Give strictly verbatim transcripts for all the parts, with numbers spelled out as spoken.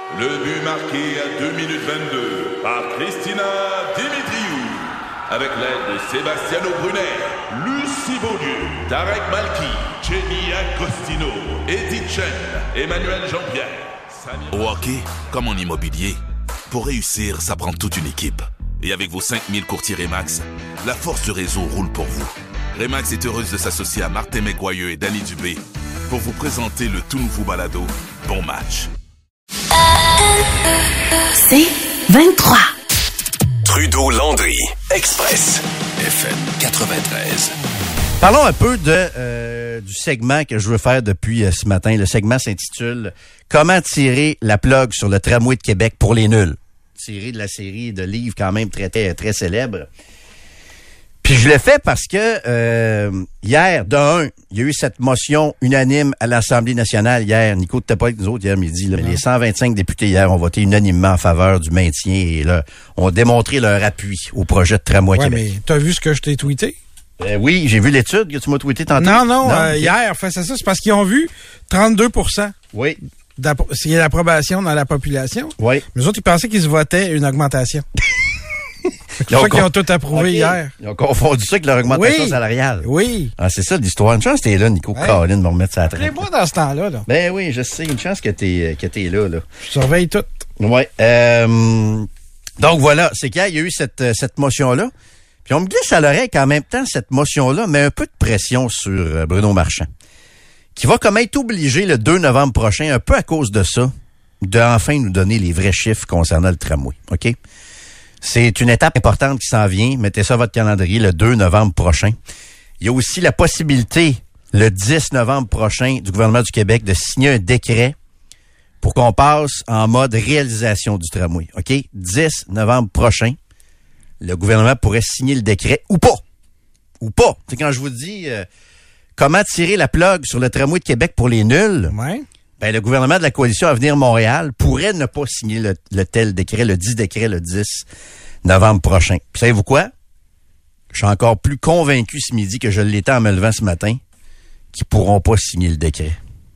Le but marqué à deux minutes vingt-deux par Christina Dimitriou. Avec l'aide de Sebastiano Brunet, Lucie Beaulieu, Tarek Malki, Jenny Agostino, Edith Chen, Emmanuel Jean-Pierre. Samir... Au hockey, comme en immobilier, pour réussir, ça prend toute une équipe. Et avec vos cinq mille courtiers Remax, la force du réseau roule pour vous. Remax est heureuse de s'associer à Martin McGuire et Danny Dubé pour vous présenter le tout nouveau balado Bon Match. C'est vingt-trois. Trudeau-Landry, Express, F M quatre-vingt-treize. Parlons un peu de euh, du segment que je veux faire depuis euh, ce matin. Le segment s'intitule « Comment tirer la plug sur le tramway de Québec pour les nuls ». Tiré de la série de livres quand même très, très, très célèbres. Puis je le fais parce que euh, hier, de un, il y a eu cette motion unanime à l'Assemblée nationale hier. Nico, tu n'étais pas avec nous autres hier midi. Là. Les cent vingt-cinq députés hier ont voté unanimement en faveur du maintien et là, ont démontré leur appui au projet de tramway ouais, Québec. Mais t'as vu ce que je t'ai tweeté? Euh, oui, j'ai vu l'étude que tu m'as tweeté tantôt. Non, non, non euh, okay. Hier, face à ça, c'est parce qu'ils ont vu trente-deux pour cent. Oui. S'il y a l'approbation dans la population. Oui. Mais eux autres, ils pensaient qu'ils se votaient une augmentation. C'est pour ça qu'ils ont tout approuvé okay. hier. Ils ont confondu ça avec leur augmentation oui. salariale. Oui. Ah, c'est ça l'histoire. Une chance que t'es là, Nico. Hey. Colin, de me remettre ça à traite. C'est moi dans ce temps-là, là. Ben oui, je sais. Une chance que t'es, que t'es là, là. Je surveille tout. Ouais. Euh, donc voilà, c'est qu'il y a eu cette, cette motion-là. Puis on me glisse à l'oreille qu'en même temps, cette motion-là met un peu de pression sur Bruno Marchand, qui va comme être obligé le deux novembre prochain, un peu à cause de ça, de enfin nous donner les vrais chiffres concernant le tramway. OK? C'est une étape importante qui s'en vient. Mettez ça à votre calendrier le deux novembre prochain. Il y a aussi la possibilité, le dix novembre prochain, du gouvernement du Québec de signer un décret pour qu'on passe en mode réalisation du tramway. OK? dix novembre prochain, le gouvernement pourrait signer le décret ou pas. Ou pas. C'est quand je vous dis euh, comment tirer la plug sur le tramway de Québec pour les nuls. Ouais. Ben, le gouvernement de la coalition Avenir Montréal pourrait ne pas signer le, le tel décret, le dix décret le dix novembre prochain. Puis savez-vous quoi? Je suis encore plus convaincu ce midi que je l'étais en me levant ce matin qu'ils pourront pas signer le décret.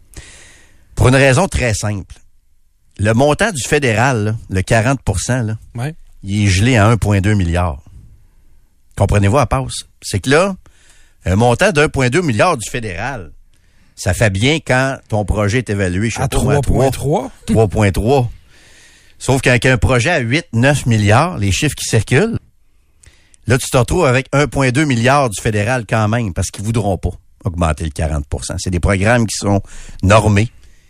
Pour une raison très simple. Le montant du fédéral, là, le quarante pour cent, là, ouais. il est gelé à un virgule deux milliard. Comprenez-vous à passe? C'est que là, un montant de un virgule deux milliard du fédéral, ça fait bien quand ton projet est évalué, je sais à pas, trois virgule trois. trois virgule trois. Sauf qu'avec un projet à huit neuf milliards, les chiffres qui circulent, là, tu te retrouves avec un virgule deux milliard du fédéral quand même, parce qu'ils voudront pas augmenter le quarante pour cent. C'est des programmes qui sont normés.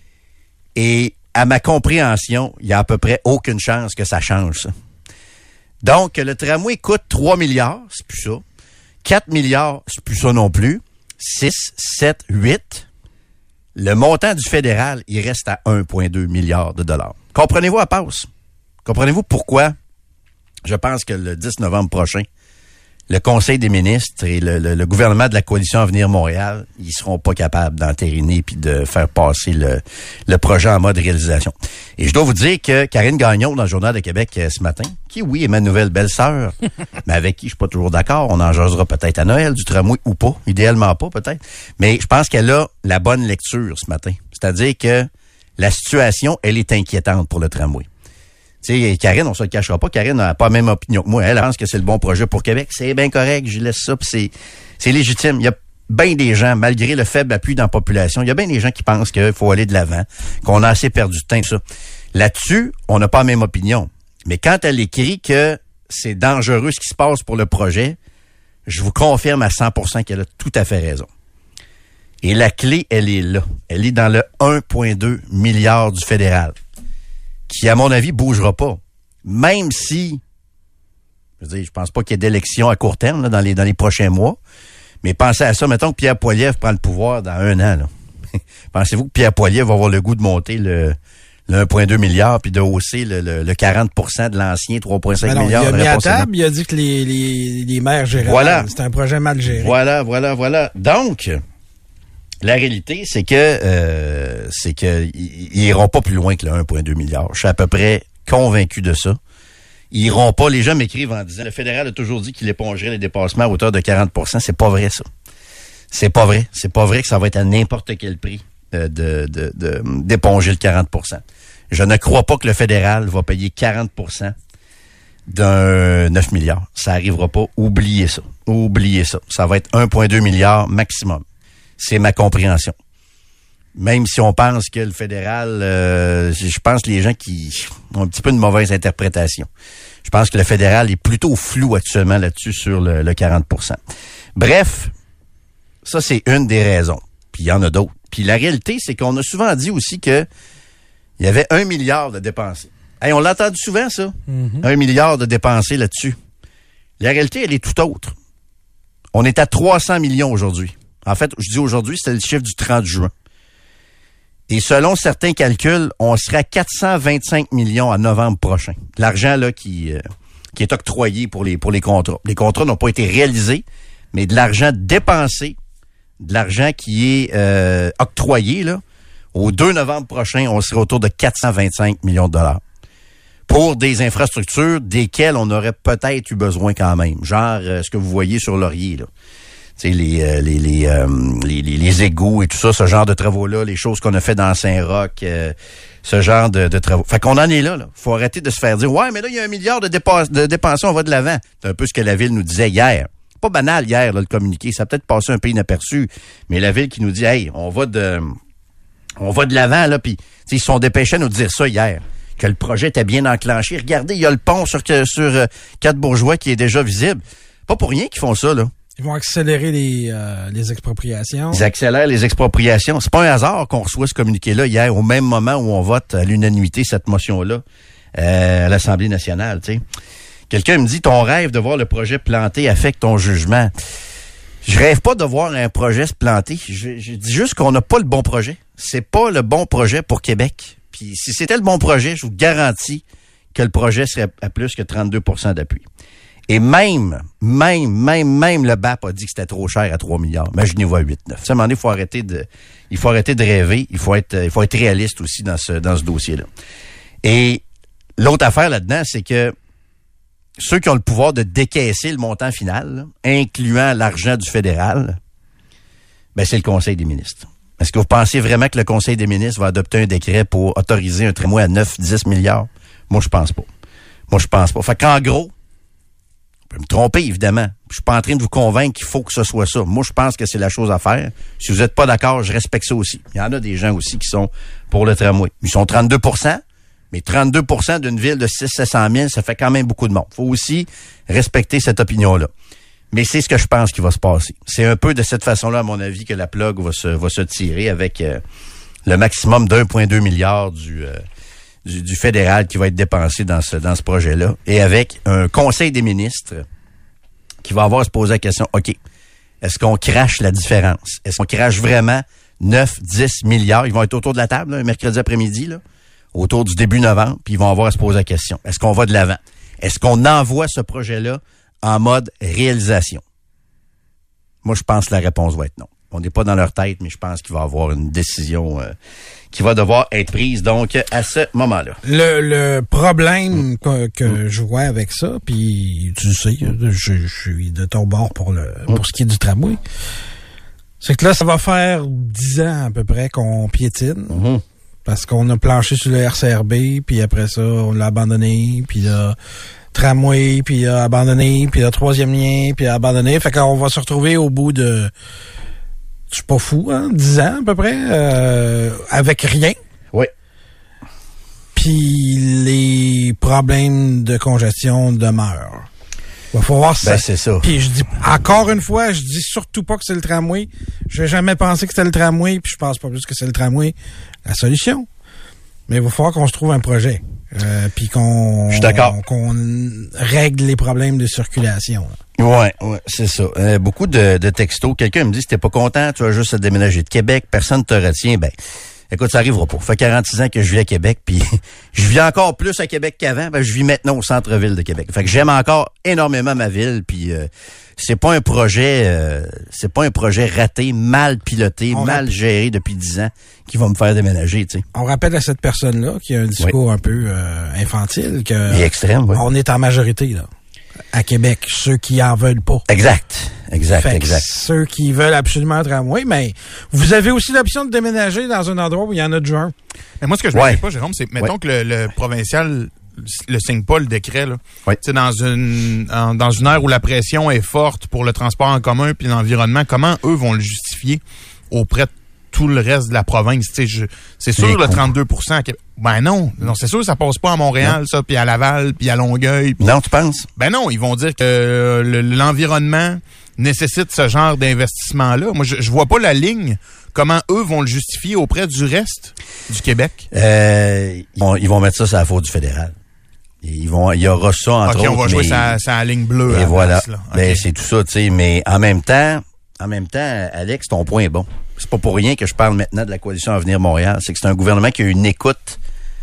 Et à ma compréhension, il y a à peu près aucune chance que ça change, ça. Donc, le tramway coûte trois milliards, c'est plus ça. quatre milliards, c'est plus ça non plus. six, sept, huit. Le montant du fédéral, il reste à un virgule deux milliard de dollars. Comprenez-vous à passe? Comprenez-vous pourquoi je pense que le dix novembre prochain, le Conseil des ministres et le, le, le gouvernement de la coalition Avenir Montréal, ils seront pas capables d'entériner puis de faire passer le, le projet en mode réalisation. Et je dois vous dire que Karine Gagnon, dans le Journal de Québec ce matin, qui, oui, est ma nouvelle belle-sœur, mais avec qui je suis pas toujours d'accord, on en jasera peut-être à Noël, du tramway ou pas, idéalement pas peut-être, mais je pense qu'elle a la bonne lecture ce matin. C'est-à-dire que la situation, elle est inquiétante pour le tramway. Tu sais, Karine, on se le cachera pas, Karine n'a pas la même opinion que moi. Elle pense que c'est le bon projet pour Québec. C'est bien correct, je laisse ça, puis c'est, c'est légitime. Il y a bien des gens, malgré le faible appui dans la population, il y a bien des gens qui pensent qu'il faut aller de l'avant, qu'on a assez perdu de temps, tout ça. Là-dessus, on n'a pas la même opinion. Mais quand elle écrit que c'est dangereux ce qui se passe pour le projet, je vous confirme à cent pour cent qu'elle a tout à fait raison. Et la clé, elle est là. Elle est dans le un virgule deux milliard du fédéral, qui, à mon avis, bougera pas. Même si, je veux dire, je pense pas qu'il y ait d'élection à court terme, là, dans les, dans les prochains mois. Mais pensez à ça, mettons que Pierre Poilievre prend le pouvoir dans un an, là. Pensez-vous que Pierre Poilievre va avoir le goût de monter le, le un virgule deux milliard puis de hausser le, le, le quarante pour cent de l'ancien trois virgule cinq milliards? Il a mis à table, il a dit que les, les, les maires géraient. Voilà. C'était un projet mal géré. Voilà, voilà, voilà. Donc, la réalité, c'est que euh, c'est que ils iront pas plus loin que le un virgule deux milliard. Je suis à peu près convaincu de ça. Ils iront pas. Les gens m'écrivent en disant le fédéral a toujours dit qu'il épongerait les dépassements à hauteur de quarante pour cent. C'est pas vrai, ça. C'est pas vrai. C'est pas vrai que ça va être à n'importe quel prix euh, de, de, de d'éponger le quarante pour cent. Je ne crois pas que le fédéral va payer quarante pour cent d'un neuf milliards. Ça arrivera pas. Oubliez ça. Oubliez ça. Ça va être un virgule deux milliard maximum. C'est ma compréhension. Même si on pense que le fédéral, euh, je pense que les gens qui ont un petit peu une mauvaise interprétation. Je pense que le fédéral est plutôt flou actuellement là-dessus sur le, le quarante pour cent. Bref, ça c'est une des raisons. Puis il y en a d'autres. Puis la réalité, c'est qu'on a souvent dit aussi que il y avait un milliard de dépensés. Hey, on l'a entendu souvent, ça. Mm-hmm. Un milliard de dépensés là-dessus. La réalité, elle est tout autre. On est à trois cents millions aujourd'hui. En fait, je dis aujourd'hui, c'était le chiffre du trente juin. Et selon certains calculs, on serait à quatre cent vingt-cinq millions à novembre prochain. L'argent là qui euh, qui est octroyé pour les pour les contrats. Les contrats n'ont pas été réalisés, mais de l'argent dépensé, de l'argent qui est euh, octroyé là, au deux novembre prochain, on serait autour de quatre cent vingt-cinq millions de dollars pour des infrastructures desquelles on aurait peut-être eu besoin quand même. Genre euh, ce que vous voyez sur Laurier là. Tu sais, les, euh, les, les, euh, les, les, les égouts et tout ça, ce genre de travaux-là, les choses qu'on a fait dans Saint-Roch, euh, ce genre de, de travaux. Fait qu'on en est là, là. Faut arrêter de se faire dire, ouais, mais là, il y a un milliard de, dépa- de dépenses, on va de l'avant. C'est un peu ce que la Ville nous disait hier. Pas banal hier, là, le communiqué. Ça a peut-être passé un peu inaperçu. Mais la Ville qui nous dit, hey, on va de, on va de l'avant, là, puis ils se sont dépêchés à nous dire ça hier. Que le projet était bien enclenché. Regardez, il y a le pont sur, sur euh, Quatre-Bourgeois qui est déjà visible. Pas pour rien qu'ils font ça, là. Ils vont accélérer les, euh, les expropriations. Ils accélèrent les expropriations. C'est pas un hasard qu'on reçoit ce communiqué-là hier, au même moment où on vote à l'unanimité cette motion-là euh, à l'Assemblée nationale. Tu sais, quelqu'un me dit, ton rêve de voir le projet planté affecte ton jugement. Je rêve pas de voir un projet se planter. Je, je dis juste qu'on n'a pas le bon projet. C'est pas le bon projet pour Québec. Puis si c'était le bon projet, je vous garantis que le projet serait à plus que trente-deux pour cent d'appui. Et même, même, même, même le B A P a dit que c'était trop cher à trois milliards. Imaginez-vous à huit neuf. À un moment donné, il faut arrêter de, il faut arrêter de rêver. Il faut être, il faut être réaliste aussi dans ce, dans ce dossier-là. Et l'autre affaire là-dedans, c'est que ceux qui ont le pouvoir de décaisser le montant final, là, incluant l'argent du fédéral, ben, c'est le Conseil des ministres. Est-ce que vous pensez vraiment que le Conseil des ministres va adopter un décret pour autoriser un tramway à neuf à dix milliards? Moi, je pense pas. Moi, je pense pas. Fait qu'en gros, je peux me tromper, évidemment. Je suis pas en train de vous convaincre qu'il faut que ce soit ça. Moi, je pense que c'est la chose à faire. Si vous êtes pas d'accord, je respecte ça aussi. Il y en a des gens aussi qui sont pour le tramway. Ils sont trente-deux pour cent, mais trente-deux pour cent d'une ville de six cents à sept cent mille, ça fait quand même beaucoup de monde. Il faut aussi respecter cette opinion-là. Mais c'est ce que je pense qui va se passer. C'est un peu de cette façon-là, à mon avis, que la plug va se, va se tirer avec euh, le maximum d'un virgule deux milliard du... Euh, Du, du fédéral qui va être dépensé dans ce dans ce projet-là, et avec un conseil des ministres qui va avoir à se poser la question, OK, est-ce qu'on crache la différence? Est-ce qu'on crache vraiment neuf, dix milliards? Ils vont être autour de la table, là, mercredi après-midi, là, autour du début novembre, puis ils vont avoir à se poser la question. Est-ce qu'on va de l'avant? Est-ce qu'on envoie ce projet-là en mode réalisation? Moi, je pense que la réponse va être non. On n'est pas dans leur tête, mais je pense qu'il va y avoir une décision euh, qui va devoir être prise, donc, à ce moment-là. Le, le problème mmh. que, que mmh. je vois avec ça, puis tu sais, je, je suis de ton bord pour le mmh. pour ce qui est du tramway, c'est que là, ça va faire dix ans à peu près qu'on piétine, mmh. parce qu'on a planché sur le R C R B, puis après ça, on l'a abandonné, puis là, tramway, puis là, abandonné, puis le troisième lien, puis abandonné. Fait qu'on va se retrouver au bout de... Je suis pas fou, hein? dix ans à peu près, euh, avec rien. Oui. Puis les problèmes de congestion demeurent. Il va falloir ça. Ben, c'est ça. Puis je dis, encore une fois, je dis surtout pas que c'est le tramway. Je n'ai jamais pensé que c'était le tramway, puis je pense pas plus que c'est le tramway la solution. Mais il va falloir qu'on se trouve un projet. Euh, puis qu'on, je suis d'accord. qu'on règle les problèmes de circulation. Là. Ouais, ouais, c'est ça. Euh, beaucoup de, de textos. Quelqu'un me dit, si t'es pas content, tu vas juste déménager de Québec, personne te retient. Ben, écoute, ça arrivera pas. Ça fait quarante-six ans que je vis à Québec, puis je vis encore plus à Québec qu'avant. Ben, je vis maintenant au centre-ville de Québec. Fait que j'aime encore énormément ma ville, puis euh, c'est pas un projet, euh, c'est pas un projet raté, mal piloté, on mal rappelle. géré depuis dix ans qui va me faire déménager, tu sais. On rappelle à cette personne-là qui a un discours oui. un peu euh, infantile que et extrême, oui. on est en majorité là. à Québec, ceux qui en veulent pas. Exact, exact, fait exact. Ceux qui veulent absolument un tramway, mais vous avez aussi l'option de déménager dans un endroit où il y en a déjà un. Mais moi, ce que je ne Ouais. sais pas, Jérôme, c'est, mettons Ouais. que le, le provincial le signe pas, le décret, là. Ouais. Tu sais, dans une, en- dans une ère où la pression est forte pour le transport en commun puis l'environnement, comment eux vont le justifier auprès de tout le reste de la province? Tu sais, je, c'est sûr, Les le coûts. trente-deux pour cent à Québec. Ben non, non, c'est sûr, ça passe pas à Montréal, ça, puis à Laval, puis à Longueuil. Pis... Non, tu penses? Ben non, ils vont dire que euh, le- l'environnement nécessite ce genre d'investissement-là. Moi, je, je vois pas la ligne. Comment eux vont le justifier auprès du reste du Québec? Euh, ils, vont, ils vont mettre ça sur la faute du fédéral. Ils vont, il y aura ça, entre OK, autres. on va jouer mais- sa, sa ligne bleue. à Et la voilà. place, là. Ben, OK. c'est tout ça, tu sais. Mais en même temps, en même temps, Alex, ton point est bon. C'est pas pour rien que je parle maintenant de la coalition Avenir Montréal. C'est que c'est un gouvernement qui a une écoute,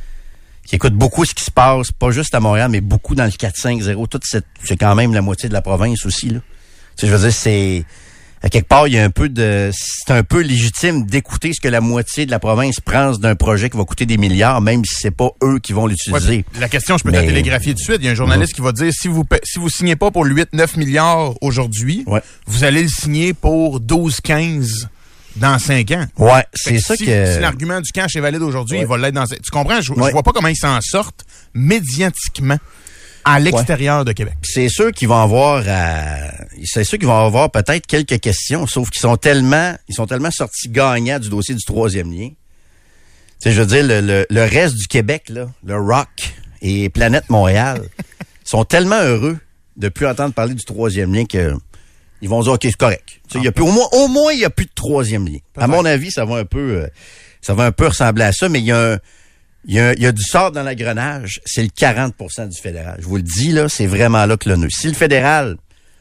qui écoute beaucoup ce qui se passe, pas juste à Montréal, mais beaucoup dans le quatre cinq zéro. Toute cette, c'est quand même la moitié de la province aussi, là. Tu sais, je veux dire, c'est, à quelque part, il y a un peu de, c'est un peu légitime d'écouter ce que la moitié de la province pense d'un projet qui va coûter des milliards, même si c'est pas eux qui vont l'utiliser. Ouais, la question, je peux Mais- te la télégraphier tout de suite. Il y a un journaliste qui va dire, si vous pa- si vous signez pas pour le huit neuf milliards aujourd'hui, Ouais. vous allez le signer pour douze quinze dans cinq ans. Ouais, Fait c'est que ça si, que... si l'argument du cash est valide aujourd'hui, Ouais. il va l'être dans... Tu comprends? Je, je Ouais. vois pas comment ils s'en sortent médiatiquement à l'extérieur de Québec. C'est sûr qu'ils vont avoir à... c'est sûr qu'ils vont avoir peut-être quelques questions, sauf qu'ils sont tellement ils sont tellement sortis gagnants du dossier du troisième lien. Tu sais, je veux dire, le, le, le reste du Québec, là, le Rock et Planète Montréal, sont tellement heureux de plus entendre parler du troisième lien que ils vont dire OK, c'est correct. Tu sais, il y a plus, au moins, au moins, il n'y a plus de troisième lien. À mon avis, ça va un peu euh, ça va un peu ressembler à ça, mais il y a un Il y, a, il y a du sort dans l'engrenage, c'est le quarante pour cent du fédéral. Je vous le dis, là, c'est vraiment là que le nœud. Si le fédéral,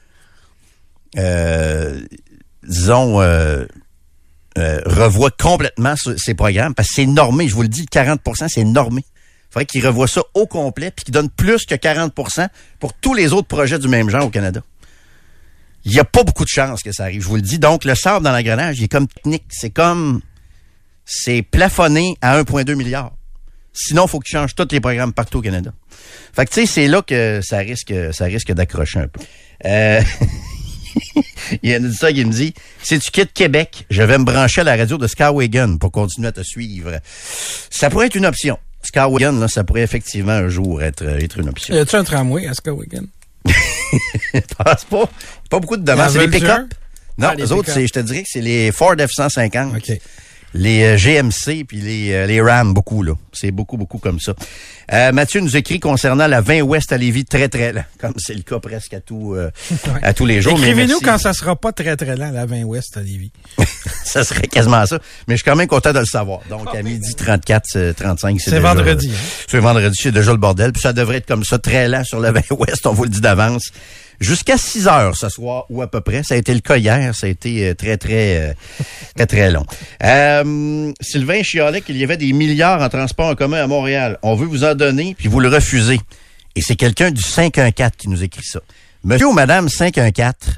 euh, disons, euh, euh, revoit complètement ce- ses programmes, parce que c'est normé, je vous le dis, le quarante pour cent, c'est normé. Il faudrait qu'il revoie ça au complet, puis qu'il donne plus que quarante pour cent pour tous les autres projets du même genre au Canada. Il n'y a pas beaucoup de chances que ça arrive, je vous le dis. Donc, le sort dans l'engrenage, il est comme technique. C'est comme... C'est plafonné à un virgule deux milliard. Sinon, il faut qu'il change tous les programmes partout au Canada. Fait que, tu sais, c'est là que ça risque, ça risque d'accrocher un peu. Euh, il y a un auditeur qui me dit, si tu quittes Québec, je vais me brancher à la radio de Skywaygon pour continuer à te suivre. Ça pourrait être une option. Skywaygon, là, ça pourrait effectivement un jour être, être une option. Y a-tu un tramway à Skowhegan? Je pense pas. Pas beaucoup de demandes. C'est les Ils en veulent pick-up. Non, Ah, les les autres, pick-up. c'est, je te dirais que c'est les Ford F cent cinquante. OK. Les euh, G M C puis les, euh, les Ram, beaucoup, là. C'est beaucoup, beaucoup comme ça. Euh, Mathieu nous écrit concernant la vingt Ouest à Lévis, très, très lent. Comme c'est le cas presque à, tout, euh, Ouais. à tous les jours. mais Écrivez-nous merci. quand ça sera pas très très lent, la vingt Ouest à Lévis. Ça serait quasiment ça. Mais je suis quand même content de le savoir. Donc, à midi trente-quatre, euh, trente-cinq, c'est C'est déjà, vendredi, hein? C'est vendredi, c'est déjà le bordel. Puis ça devrait être comme ça, très lent sur la vingt Ouest, on vous le dit d'avance. Jusqu'à six heures ce soir, ou à peu près. Ça a été le cas hier. Ça a été euh, très, très, euh, très, très long. Euh, Sylvain chialait qu'il y avait des milliards en transport en commun à Montréal. On veut vous en donner, puis vous le refusez. Et c'est quelqu'un du cinq un quatre qui nous écrit ça. Monsieur ou madame cinq un quatre,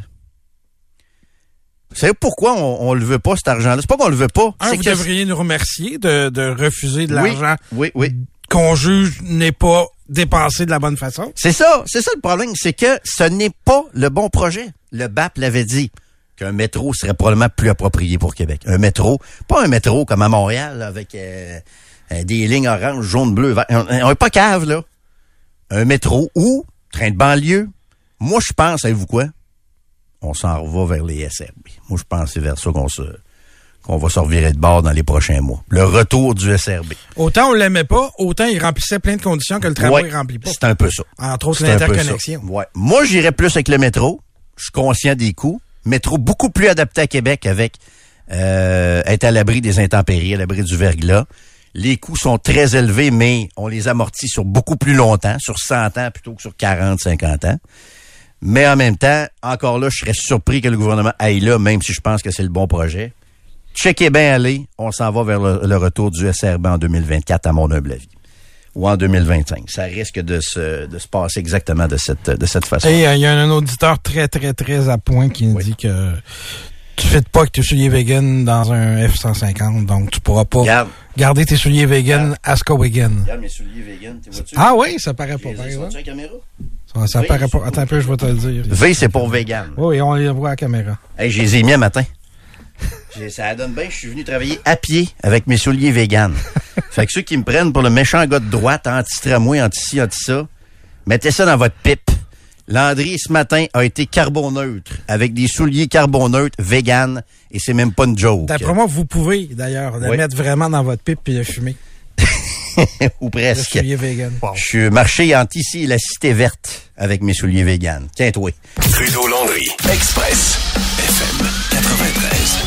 vous savez pourquoi on, on le veut pas, cet argent-là? C'est pas qu'on le veut pas. Un, c'est vous que devriez nous remercier de, de refuser de Oui, l'argent oui, oui. qu'on juge n'est pas dépensé de la bonne façon. C'est ça, c'est ça le problème, c'est que ce n'est pas le bon projet. Le B A P l'avait dit qu'un métro serait probablement plus approprié pour Québec. Un métro, pas un métro comme à Montréal, là, avec euh, euh, des lignes orange, jaune, bleu, vert. On n'est pas cave, là. Un métro ou train de banlieue. Moi, je pense, savez-vous quoi? On s'en va vers les S R B. Moi, je pense que c'est vers ça qu'on se... qu'on va se revirer de bord dans les prochains mois. Le retour du S R B. Autant on l'aimait pas, autant il remplissait plein de conditions que le tramway Ouais, ne remplit pas. c'est un peu ça. Entre autres, C'est un peu l'interconnexion. ça. Ouais. Moi, j'irais plus avec le métro. Je suis conscient des coûts. Métro beaucoup plus adapté à Québec avec euh, être à l'abri des intempéries, à l'abri du verglas. Les coûts sont très élevés, mais on les amortit sur beaucoup plus longtemps, sur cent ans plutôt que sur quarante, cinquante ans. Mais en même temps, encore là, je serais surpris que le gouvernement aille là, même si je pense que c'est le bon projet. Checkez bien aller, on s'en va vers le, le retour du S R B en deux mille vingt-quatre, à mon humble avis. Ou en deux mille vingt-cinq. Ça risque de se, de se passer exactement de cette, de cette façon. Et il euh, y a un auditeur très, très, très à point qui nous Oui. dit que tu fais pas que tes souliers vegan dans un F cent cinquante, donc tu pourras pas Regarde. garder tes souliers vegan à Skowhegan. Regarde mes souliers vegan, tu vois-tu? Ah oui, ça paraît pas bien. Sont-tu Hein? à la caméra? Ah, ça paraît pas. Attends un peu, je vais te le dire. V, c'est pour vegan. Oui, on les voit à la caméra. Hey, je les ai mis un matin. J'ai- ça donne bien, je suis venu travailler à pied avec mes souliers vegan. Fait que ceux qui me prennent pour le méchant gars de droite, anti-tramway, anti-ci, anti-ça, mettez ça dans votre pipe. Landry, ce matin, a été carboneutre, avec des souliers carboneutres vegan, et c'est même pas une joke. D'après moi, vous pouvez, d'ailleurs, le Oui. mettre vraiment dans votre pipe puis le fumer. Ou Le presque. soulier vegan. Je suis marché entre ici et la Cité Verte avec mes souliers vegan. Tiens-toi. Trudeau-Landry, Express, F M quatre-vingt-treize.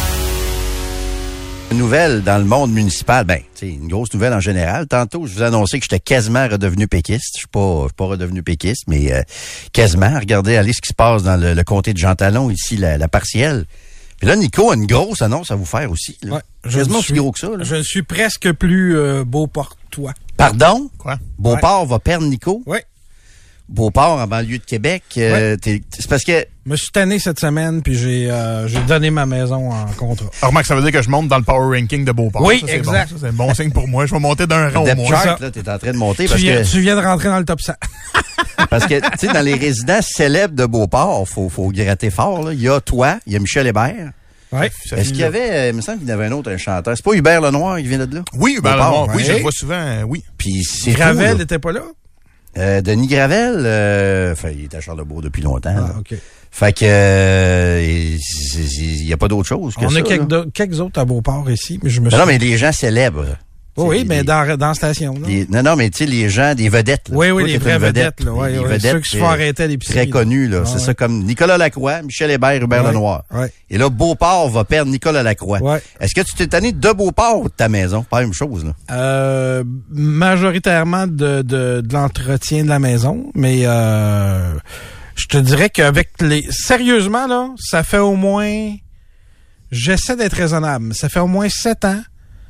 Une nouvelle dans le monde municipal, ben, tu sais, une grosse nouvelle en général. Tantôt, je vous annonçais que j'étais quasiment redevenu péquiste. Je suis pas, je suis pas redevenu péquiste, mais euh, quasiment. Regardez, allez ce qui se passe dans le, le comté de Jean Talon, ici, la, la partielle. Puis là, Nico a une grosse annonce à vous faire aussi. Là. Ouais, je Quasiment ne aussi suis- gros que ça. Là. Je ne suis presque plus euh, Beauport-toi. Pardon? Quoi? Beauport va perdre Nico? Oui. Beauport, en banlieue de Québec. euh, t'es- c'est parce que... Je me suis tanné cette semaine puis j'ai euh, j'ai donné ma maison en contrat. Alors, remarque, ça veut dire que je monte dans le power ranking de Beauport. Oui, Ça, c'est exact. bon, ça, c'est un bon signe pour moi. Je vais monter d'un rang au Depth moins. chart, ça. là, t'es en train de monter Tu parce viens, que... tu viens de rentrer dans le top cent. Parce que, tu sais, dans les résidences célèbres de Beauport, faut, faut gratter fort, là. Il y a toi, il y a Michel Hébert. Oui. Ça Est-ce finit qu'il y là. avait, euh, il me semble qu'il y en avait un autre, un chanteur. C'est pas Hubert Lenoir qui vient de là? Oui, ben, Beauport, alors, oui, ouais. je le vois souvent, euh, oui. Puis c'est Gravel tout, là. n'était pas là? Euh, Denis Gravel, euh, enfin, il est à Charlebourg depuis longtemps. là. Ah, OK. Fait que, euh, il n'y a pas d'autre chose que On ça. a quelques, là. do- quelques autres à Beauport ici, mais je me Non, suis... non, mais les gens célèbres. Oui, oui, C'est mais les- dans, dans la station. Là. les- non, non, mais tu sais, les gens, des vedettes. Là. Oui, C'est oui, pas les que t'es vraies une vedette. vedettes, là, ouais, Les ouais, vedettes, ceux qui se font c'est arrêter à l'épicerie. Très connus, là. Ah, c'est ouais. ça comme Nicolas Lacroix, Michel Hébert, Hubert Ouais, Lenoir. ouais. Et là, Beauport va perdre Nicolas Lacroix. Ouais. Est-ce que tu t'es tanné de Beauport ou de ta maison? Pas la même chose, là. Euh, majoritairement de, de, de l'entretien de la maison, mais euh, je te dirais qu'avec les... Sérieusement, là, ça fait au moins... J'essaie d'être raisonnable. Ça fait au moins sept ans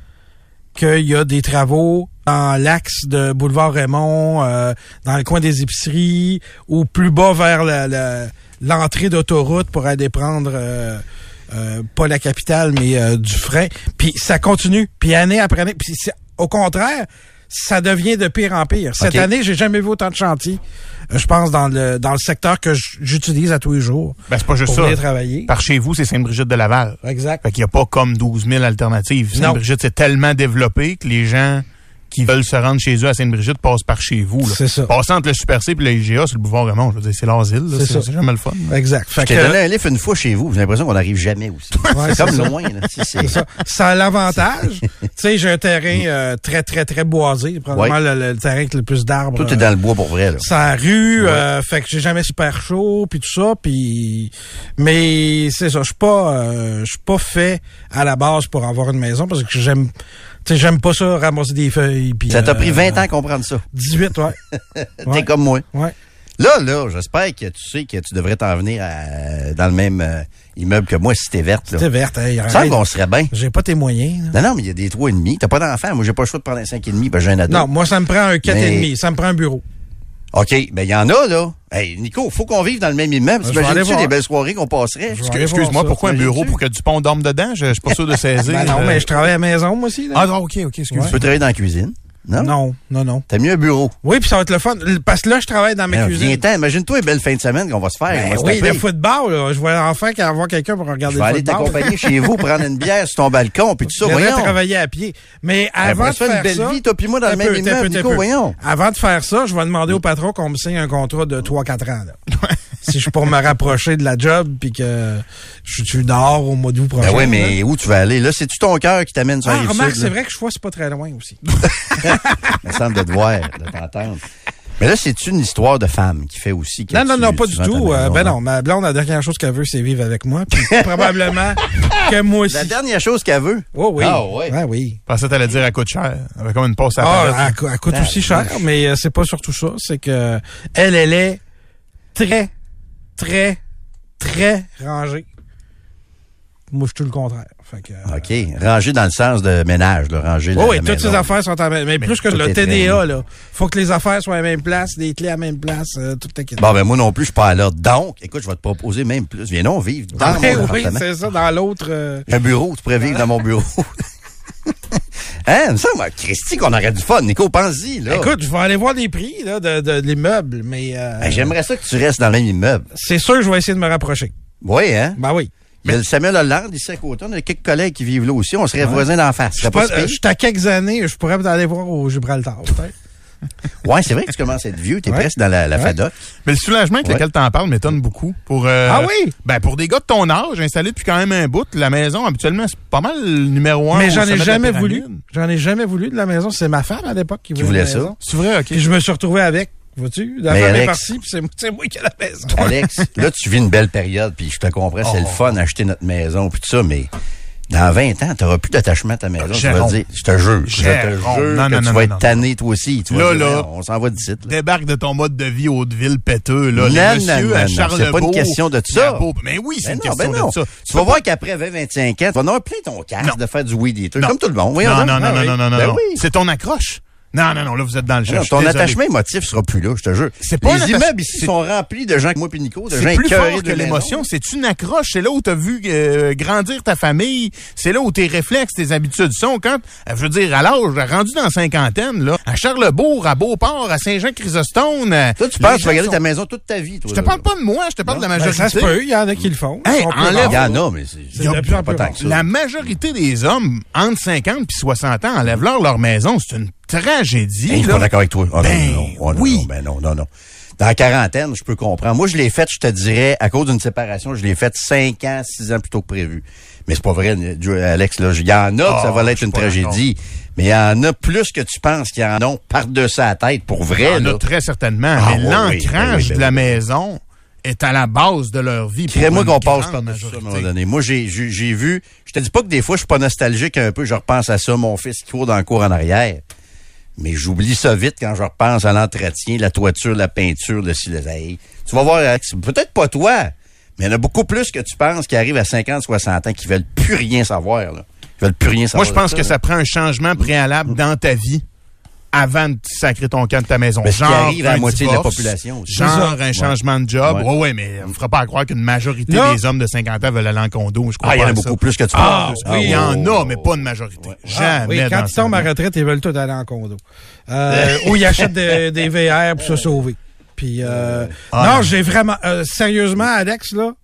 qu'il y a des travaux dans l'axe de Boulevard Raymond, euh, dans le coin des épiceries, ou plus bas vers la, la- l'entrée d'autoroute pour aller prendre... euh, euh, pas la capitale, mais euh, du frein. Puis ça continue. Puis année après année. Puis c'est- au contraire, ça devient de pire en pire. Cette OK. année, j'ai jamais vu autant de chantiers. euh, Je pense dans le dans le secteur que j- j'utilise à tous les jours Ben, c'est pas juste pour ça. venir travailler. Par chez vous, c'est Sainte-Brigitte de Laval. Exact. Fait qu'il n'y a pas comme douze mille alternatives. Non. Sainte-Brigitte, c'est tellement développé que les gens qui veulent se rendre chez eux à Sainte-Brigitte passent par chez vous. Là. C'est ça. Passer entre le Super C et le I G A, c'est le boulevard Raymond. Je veux dire, c'est l'asile. là. C'est C'est ça. c'est jamais le fun. là. Exact. Fait Je t'ai que, donné un livre une fois chez vous. J'ai l'impression qu'on n'arrive jamais aussi. Ouais, c'est c'est comme ça. loin, là. Tu sais, c'est c'est- ça. Ça a l'avantage. Tu sais, j'ai un terrain euh, très, très, très boisé. Probablement Ouais. le, le terrain avec le plus d'arbres. Tout est dans le bois pour vrai, là. Sa rue, euh, fait que j'ai jamais super chaud puis tout ça, puis mais c'est ça, je suis pas euh, je suis pas fait à la base pour avoir une maison parce que j'aime tu sais j'aime pas ça ramasser des feuilles puis Ça t'a euh, pris vingt ans à comprendre ça. dix-huit ouais. T'es Ouais. comme moi. Ouais. Là, là, j'espère que tu sais que tu devrais t'en venir à- dans le même euh, immeuble que moi si t'es verte, là. T'es verte, hey, Ça me semble arrête. qu'on serait bien. J'ai pas tes moyens. là. Non, non, mais il y a des trois et demi. T'as pas d'enfant. Moi, j'ai pas le choix de prendre un cinq et demi, ben j'ai un ado. Non, moi ça me prend un quatre Mais- et demi, ça me prend un bureau. OK, ben il y en a, là. Hey, Nico, faut qu'on vive dans le même immeuble. Je vais aller T'imagines-tu voir. les belles soirées qu'on passerait? Je vais Excuse- aller voir Excuse-moi, ça. pourquoi un bureau? T'imagines-tu? Pour que du pont dorme dedans? Je, je suis pas sûr de saisir. Ben non, euh, mais je travaille à la maison moi aussi là. Ah, non, OK, OK, excuse. Tu peux travailler dans la cuisine. Non? Non, non, non. T'as mieux un bureau. Oui, puis ça va être le fun parce que là je travaille dans ma Ben, cuisine. viens-ten, imagine-toi une belle fin de semaine qu'on va se faire. Ben on va se oui, taper. le football, là. Je vais enfin avoir quelqu'un pour regarder Je vais le aller football. t'accompagner chez vous, prendre une bière sur ton balcon, puis tout ça, Je devrais voyons. travailler à pied. Mais avant Après de ça, faire une belle ça, vie, toi puis moi, dans le t'as même peu, t'as immeuble, peu, t'as Nico, peu. voyons. Avant de faire ça, je vais demander au patron qu'on me signe un contrat de trois quatre ans. Là. Si je suis pour me rapprocher de la job, puis que je suis dehors au mois d'août prochain. Ben oui, là. mais où tu vas aller? Là, c'est-tu ton cœur qui t'amène sur la Ah, rive remarque, sud, c'est là? vrai que je vois, c'est pas très loin aussi. Il me semble de te voir, de t'entendre. Mais là, c'est une histoire de femme qui fait aussi que Non, non, tu- non, pas tu du vends ta tout. Euh, maison, ben là. non, ma blonde, la dernière chose qu'elle veut, c'est vivre avec moi. Puis probablement que moi aussi. La dernière chose qu'elle veut. Oh oui. Ah, ouais. Ah oui. Je pensais que t'allais dire elle coûte cher. Avec comme une passe à la Ah, palette. elle, cou- elle coûte Ah, aussi cher, mais euh, c'est pas surtout ça. C'est que elle, elle est très, très, très rangée. Moi, je suis tout le contraire. Fait que, euh, OK. Rangé dans le sens de ménage, là. Rangé oui, la, oui, la toutes maison. ces affaires sont en même. Mais, plus que tout le est T D A, très- là. Faut que les affaires soient à la même place, les clés à la même place, euh, tout est Bon, ben moi non plus, je suis pas là. Donc, écoute, je vais te proposer même plus. Viens donc vivre dans oui, mon oui, appartement. c'est ça, dans l'autre. euh, Un bureau, tu pourrais vivre dans mon bureau. Hein, il me semble, Christy, qu'on aurait du fun. Nico, pense-y, là. Écoute, je vais aller voir les prix là, de, de, de l'immeuble, mais... Euh, Ben, j'aimerais ça que tu restes dans le même immeuble. c'est sûr que je vais essayer de me rapprocher. Oui, hein? Ben oui. Il y a le Samuel Hollande ici à côté. On a quelques collègues qui vivent là aussi. On serait voisins d'en face. Je C'est pas si euh, pire. je suis à quelques années, je pourrais aller voir au Gibraltar, peut-être. Ouais, c'est vrai que tu commences à être vieux. T'es Ouais. presque dans la, la Ouais. FADOC. Mais le soulagement avec Ouais. lequel t'en parles m'étonne beaucoup. Pour, euh, Ah oui? Ben, pour des gars de ton âge, installés depuis quand même un bout, la maison, habituellement, c'est pas mal le numéro un. Mais au j'en ai sommet de la jamais pyramide. voulu. J'en ai jamais voulu de la maison. C'est ma femme à l'époque qui, Qui voulait voulait la ça. maison. C'est vrai, OK. Puis je me suis retrouvé avec, vois-tu? La Mais femme est Alex- partie, puis c'est, c'est moi qui ai la maison. Alex, là, tu vis une belle période, puis je te comprends, c'est Oh. le fun d'acheter notre maison, puis tout ça, mais dans vingt ans, t'auras plus d'attachement à ta maison. Tu vas Jérôme. te dire, je te jure, je te Jérôme. jure Non, que non, tu non, vas non, être non. tanné toi aussi. Tu Là, vas dire, là. on s'en va d'ici. là. Débarque de ton mode de vie Hauteville péteux, là. Non, les non, messieurs non, à non, Charlebourg. c'est pas une question de ça. la Beau- Mais oui, c'est Ben une non, question ben non. de ça. Tu vas voir qu'après vingt, vingt-cinq ans, tu vas en avoir plein ton casque Non. de faire du weed eater, Non. comme tout le monde. Voyons Non, donc. non, non, Ah non, oui. non, non, non, Ben non. oui. C'est ton accroche. Non, non, non, là, vous êtes dans le Non, cherche. ton Désolé. attachement émotif sera plus là, je te jure. C'est pas un Les attache- immeubles ici c'est- sont remplis de gens comme moi et Nico, de gens C'est plus écœurés fort de que l'émotion. maison. C'est une accroche. C'est là où tu as vu euh, grandir ta famille. C'est là où tes réflexes, tes habitudes sont. Quand, euh, je veux dire, à l'âge, rendu dans la cinquantaine, là, à Charlebourg, à Beauport, à Saint-Jean-Chrysostome. euh, Toi, tu les penses que tu gens vas garder sont- ta maison toute ta vie, toi. Je te là. parle pas de moi, je te parle de la Ben, majorité. ça se peut, il y en a qui le font. Hey, Ils sont plus enlève- rares. Il y en a, mais c'est C'est de plus en pas plus tant rare. que ça. La majorité des hommes entre cinquante puis soixante ans enlèvent leur leur maison. C'est une tragédie. Hey, je suis là. pas d'accord avec toi. Oh, Ben, non, non, oh, non, oui. non, ben non, non, non. Dans la quarantaine, je peux comprendre. Moi, je l'ai faite, je te dirais, à cause d'une séparation, je l'ai faite cinq ans, six ans plus tôt que prévu. Mais c'est pas vrai, Alex, là. Il y en a que ça Ah, va je être suis une pas tragédie. Mais il y en a plus que tu penses qu'il y en a par-dessus la tête, pour vrai, Il y en a là. très certainement. Ah, mais oui, oui, l'ancrage oui, oui, de la oui. maison est à la base de leur vie. pour Crée-moi une qu'on passe grande par-dessus ça, à un moment majorité. donné. Moi, j'ai, j'ai, j'ai vu, je te dis pas que des fois, je suis pas nostalgique un peu, je repense à ça, mon fils qui court dans le cours en arrière. Mais j'oublie ça vite quand je repense à l'entretien, la toiture, la peinture, le ciel. Hey, tu vas voir, Alex, peut-être pas toi, mais il y en a beaucoup plus que tu penses qui arrivent à cinquante, soixante ans qui veulent plus rien savoir, là. Ils veulent plus rien Moi, savoir. je pense de que ça prend un changement préalable dans ta vie avant de sacrer ton camp de ta maison. Mais ce qui Genre arrive à la un moitié de la divorce, population aussi. Genre C'est ça. un Ouais. changement de job. Ouais. Ouais, ouais, mais on ne fera pas à croire qu'une majorité Là- des hommes de cinquante ans veulent aller en condo. Je crois Ah, il y en pas a à beaucoup ça. plus que tu Ah, penses. oui, il y en oh, a, mais pas une majorité. Jamais. Ah, oui, quand dans ils tombent sa à vie. retraite, ils veulent tous aller en condo. Euh, ou ils achètent des, des V R pour se sauver. Puis, euh, Ah, non, non. j'ai vraiment... euh, sérieusement, Alex, là,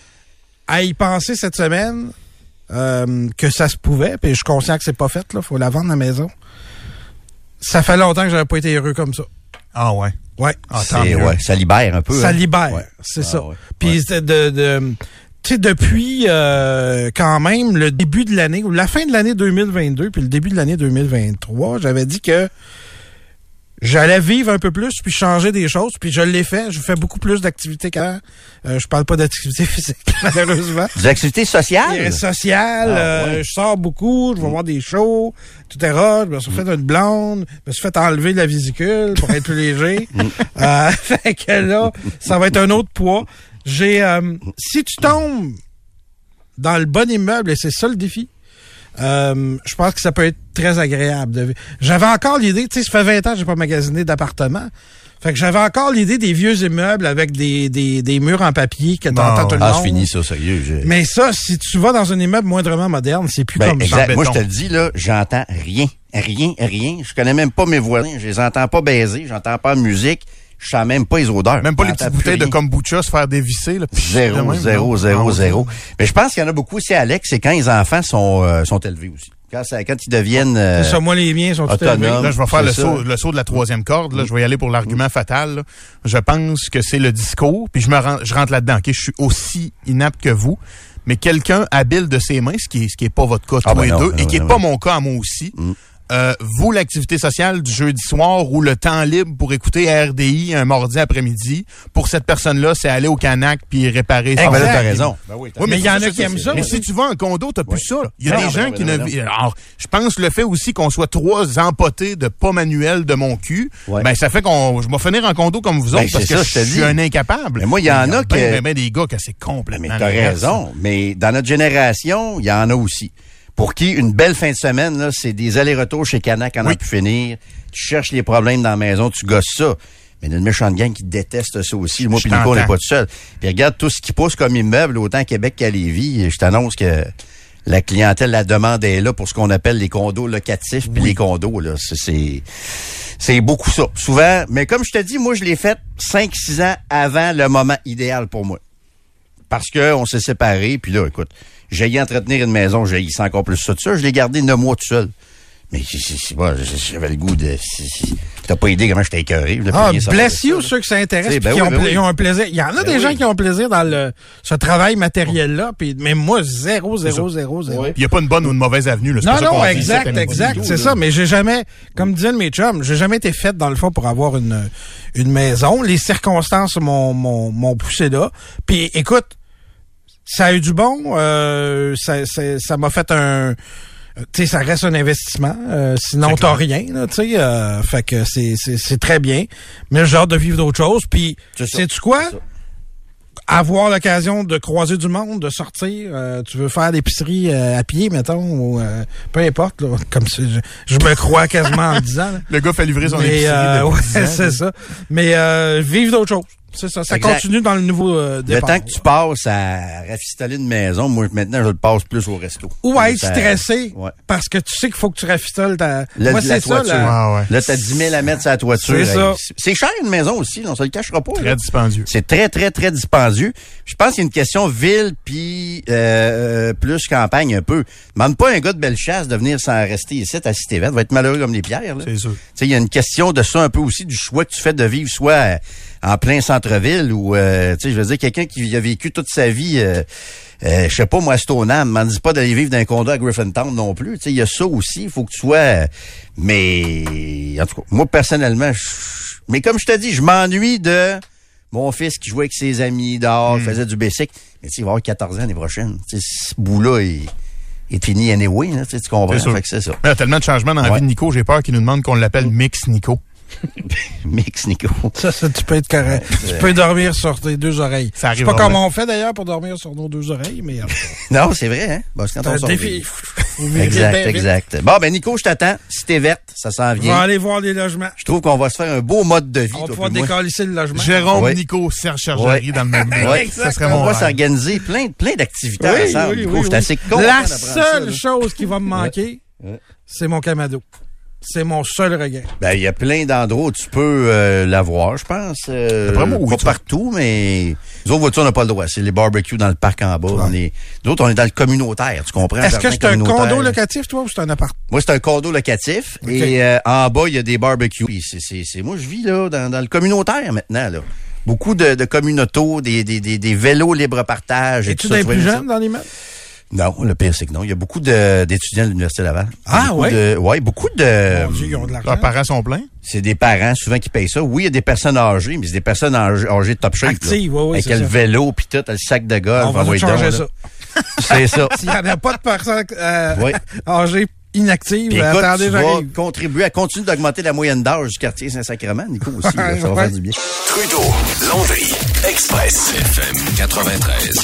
à y penser cette semaine, euh, que ça se pouvait, puis je suis conscient que c'est pas fait, là, faut la vendre, la maison. Ça fait longtemps que j'avais pas été heureux comme ça. Ah ouais. Ouais. Ah, tant C'est, mieux. ouais, ça libère un peu. Ça hein. libère, Ouais. c'est Ah, ça. ouais. Puis Ouais. c'est de, de tu sais, depuis euh, quand même le début de l'année, ou la fin de l'année deux mille vingt-deux, puis le début de l'année deux mille vingt-trois, j'avais dit que j'allais vivre un peu plus, puis changer des choses, puis je l'ai fait. Je fais beaucoup plus d'activités qu'avant. Euh, je parle pas d'activité physique, malheureusement. Des activités sociales? Et social, Ah, euh, ouais. je sors beaucoup, je vais voir des shows, et cetera. Je me suis fait une blonde, je me suis fait enlever la vésicule pour être plus léger. euh, fait que là, ça va être un autre poids. J'ai, euh, si tu tombes dans le bon immeuble, et c'est ça le défi, euh, je pense que ça peut être très agréable. De... vi- J'avais encore l'idée, tu sais, ça fait vingt ans que j'ai pas magasiné d'appartement. Fait que j'avais encore l'idée des vieux immeubles avec des, des, des murs en papier que t'entends Bon. tout le Ah, monde. c'est fini, ça, sérieux. j'ai- Mais ça, si tu vas dans un immeuble moindrement moderne, c'est plus Ben, comme ça. exact. Moi, je béton. te le dis, là, j'entends rien. Rien, rien. Je connais même pas mes voisins. Je les entends pas baiser. J'entends pas la musique. Je sens même pas les odeurs. Même pas les J'entends petites plus bouteilles de rien. kombucha se faire dévisser. Là. De Zéro, même, zéro, non? zéro, Ah, zéro. Mais je pense qu'il y en a beaucoup aussi, Alex, c'est quand les enfants sont, euh, sont élevés aussi. Quand, ça, quand ils deviennent euh, C'est ça, moi, les miens sont tout autonomes. élevés. Là, je vais faire C'est le ça. saut, le saut de la troisième corde. Là. Je vais y aller pour l'argument fatal. là. Je pense que c'est le discours. Puis je me rends, je rentre là-dedans. Ok, je suis aussi inapte que vous. Mais quelqu'un habile de ses mains, ce qui est, ce qui est pas votre cas, Ah, tous ben les non, deux, ben et non, qui est ben pas non. mon cas à moi aussi. Mm. Euh, vous, l'activité sociale du jeudi soir ou le temps libre pour écouter R D I un mardi après-midi, pour cette personne-là, c'est aller au Canac puis réparer Ah, son ben là, Exact. t'as raison. Ben oui, Oui, Mais il y en c'est a qui aiment ça. Mais si tu vas en condo, t'as plus ça. là. Il y a Non, des non, gens ben qui non, ne... ben non. Alors, je pense le fait aussi qu'on soit trois empotés de pas manuels de mon cul, Ouais. ben ça fait qu'on... Je vais finir en condo comme vous Ben, autres parce c'est que ça, je je te suis dis. un incapable. Mais moi, il y en a ben, que- ben, ben, des gars que c'est complètement... Mais t'as l'inverse. raison. Mais dans notre génération, il y en a aussi. Pour qui une belle fin de semaine, là, c'est des allers-retours chez Canac en Oui. a pu finir. Tu cherches les problèmes dans la maison, tu gosses ça. Mais il y a une méchante gang qui déteste ça aussi. Moi Je puis Nico, on n'est t'entends. pas tout seul. Puis regarde tout ce qui pousse comme immeuble, autant à Québec qu'à Lévis. Je t'annonce que la clientèle, la demande est là pour ce qu'on appelle les condos locatifs puis oui. les condos, là. C'est, c'est, c'est beaucoup ça. Souvent, mais comme je te dis, moi, je l'ai fait cinq six ans avant le moment idéal pour moi. Parce que on s'est séparés, puis là, écoute, j'ai y entretenir une maison, j'ai y encore plus ça de ça. Je l'ai gardé neuf mois tout seul. Mais c'est, c'est, c'est pas, j'avais le goût de... C'est, c'est, t'as pas idée comment j'étais écœuré. Ah, bless you, ceux que ça intéresse, ben qui oui, ont, ben oui. ont un plaisir. Il y en a ben des oui. gens qui ont plaisir dans le ce travail matériel-là, puis mais moi, zéro, zéro, zéro, zéro. Il n'y a pas une bonne ou une mauvaise avenue. Là. C'est non, ça non, exact, exact, c'est ça. Mais j'ai jamais, comme disaient mes chums, j'ai jamais été fait, dans le fond, pour avoir une une maison. Les circonstances m'ont, m'ont, m'ont poussé là. Puis écoute, ça a eu du bon. Euh, ça, ça, ça m'a fait un... Tu sais, ça reste un investissement. Euh, sinon, t'as rien, là, tu sais. Euh, fait que c'est, c'est, c'est très bien. Mais j'ai hâte de vivre d'autres choses. Puis, sais-tu quoi? Avoir l'occasion de croiser du monde, de sortir. Euh, tu veux faire l'épicerie euh, à pied, mettons, ou euh, peu importe. Là, comme si je, je me crois quasiment en disant. Là. Le gars fait livrer son Mais, épicerie. Euh, ouais, ans, c'est ça. Mais euh, vivre d'autres choses. C'est ça, ça exact. Continue dans le nouveau euh, départ. Le temps que tu passes à rafistoler une maison, moi maintenant je le passe plus au resto. Ou à être ça... stressé ouais. parce que tu sais qu'il faut que tu rafistoles ta... Le, moi, la c'est toiture. ça. Là, ah ouais. là t'as dix mille à mettre sur la toiture. C'est ça. C'est cher une maison aussi, on se le cachera pas. Très là. dispendieux. C'est très, très, très dispendieux. Je pense qu'il y a une question ville puis euh, plus campagne un peu. Demande pas à un gars de Bellechasse de venir s'en rester ici à Cité-Verte. Il va être malheureux comme les pierres. Là. C'est sûr. Il y a une question de ça un peu aussi, du choix que tu fais de vivre soit en plein centre-ville ou, euh, tu sais, je veux dire, quelqu'un qui a vécu toute sa vie, euh, euh, je sais pas, moi, à Stoneham, m'en dis pas d'aller vivre dans un condo à Griffintown non plus. Tu sais, il y a ça aussi, il faut que tu sois... Euh, mais, en tout cas, moi, personnellement, je, mais comme je te dis, je m'ennuie de mon fils qui jouait avec ses amis dehors, mm. faisait du basic. Mais tu sais, il va avoir quatorze ans l'année prochaine. Tu sais, ce bout-là, il... est fini anyway, là, tu comprends? C'est, fait que c'est ça. Il y a tellement de changements dans la ouais. vie de Nico, j'ai peur qu'il nous demande qu'on l'appelle Mix Nico. Mix Nico. Ça, ça, tu peux être correct. Tu peux dormir sur tes deux oreilles. Ça arrive. Je sais pas comment on fait d'ailleurs pour dormir sur nos deux oreilles, mais... non, c'est vrai, hein? Bon, c'est quand on sort. Défi. Exact, exact. Bon, ben Nico, je t'attends. Cité verte, ça s'en vient. On va aller voir les logements. Je trouve qu'on va se faire un beau mode de vie. On va pouvoir décalisser le logement. Jérôme, ouais. Nico, Serge Chargerie ouais. dans le même ouais. Ça serait mon On va s'organiser plein, plein d'activités oui, ensemble. Oui, Nico, oui, je suis assez content La seule ça, chose qui va me manquer, ouais. c'est mon Camado. C'est mon seul regret. Ben, il y a plein d'endroits où tu peux euh, l'avoir, je pense. Euh, pas oui, partout, mais les autres voitures n'ont pas le droit. C'est les barbecues dans le parc en bas. Ouais. On est... Nous autres, on est dans le communautaire, tu comprends? Est-ce que c'est un condo locatif, toi, ou c'est un appart? Moi, c'est un condo locatif. Okay. Et euh, en bas, il y a des barbecues. Puis c'est, c'est, c'est... Moi, je vis là dans, dans le communautaire maintenant, là. Beaucoup de, de communautos, des, des, des, des vélos libre-partage. Es-tu des plus jeunes dans l'immeuble? Non, le pire, c'est que non. Il y a beaucoup de, d'étudiants de l'Université Laval. Ah, oui? Oui, beaucoup de... Mon Dieu, ils ont de l'argent. Leurs parents sont pleins? C'est des parents, souvent, qui payent ça. Oui, il y a des personnes âgées, mais c'est des personnes âgées, âgées de top shape. Actives, oui, oui, avec c'est le ça. vélo, puis tout, le sac de golf. On va tout changer ça. C'est ça. S'il n'y en a pas de personnes euh, oui. âgées inactives, puis écoute, attendez, tu vas j'arrive. contribuer à continuer d'augmenter la moyenne d'âge du quartier Saint-Sacrement, Nico, aussi. Là, ça va faire du bien. Trudeau, Landry, Express, F M quatre-vingt-treize.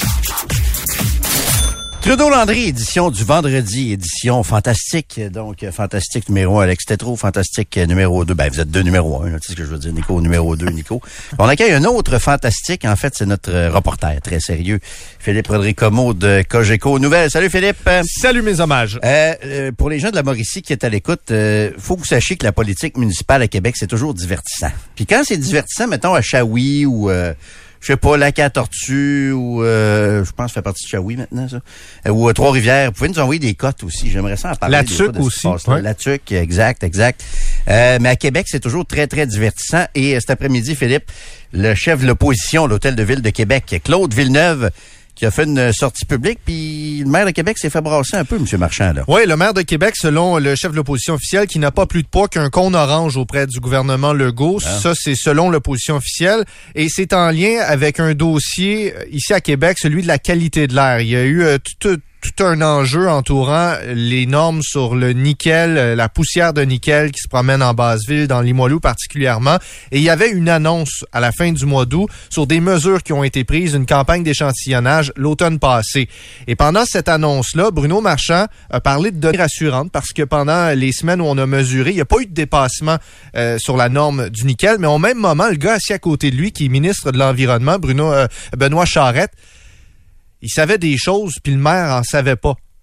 Trudeau-Landry, édition du vendredi, édition fantastique. Donc, fantastique numéro un, Alex Tétrault, fantastique numéro deux. Ben, vous êtes deux numéro un, tu sais ce que je veux dire, Nico, numéro deux, Nico. On accueille un autre fantastique. En fait, c'est notre reporter très sérieux, Philippe Rodrigue-Comeau de Cogeco Nouvelles. Salut, Philippe. Salut, mes hommages. Euh, euh, pour les gens de la Mauricie qui est à l'écoute, euh, faut que vous sachiez que la politique municipale à Québec, c'est toujours divertissant. Puis quand c'est divertissant, mettons à Shawi ou... Euh, je sais pas, Lac à Tortue ou euh, je pense que ça fait partie de Shawi maintenant, ça. Euh, ou euh, Trois-Rivières. Vous pouvez nous envoyer des cotes aussi. J'aimerais ça en parler. La Tuque aussi. Ouais. La Tuque, exact, exact. Euh, mais à Québec, c'est toujours très, très divertissant. Et euh, cet après-midi, Philippe, le chef de l'opposition à l'Hôtel de Ville de Québec, Claude Villeneuve, qui a fait une sortie publique, puis le maire de Québec s'est fait brasser un peu, M. Marchand, là. Oui, le maire de Québec, selon le chef de l'opposition officielle, qui n'a pas plus de poids qu'un cône orange auprès du gouvernement Legault. Ah. Ça, c'est selon l'opposition officielle. Et c'est en lien avec un dossier ici à Québec, celui de la qualité de l'air. Il y a eu euh, tout... tout un enjeu entourant les normes sur le nickel, la poussière de nickel qui se promène en Basse-Ville, dans Limoilou particulièrement. Et il y avait une annonce à la fin du mois d'août sur des mesures qui ont été prises, une campagne d'échantillonnage l'automne passé. Et pendant cette annonce-là, Bruno Marchand a parlé de données rassurantes parce que pendant les semaines où on a mesuré, il n'y a pas eu de dépassement euh, sur la norme du nickel. Mais au même moment, le gars assis à côté de lui, qui est ministre de l'Environnement, Bruno euh, Benoît Charette, il savait des choses, puis le maire en savait pas.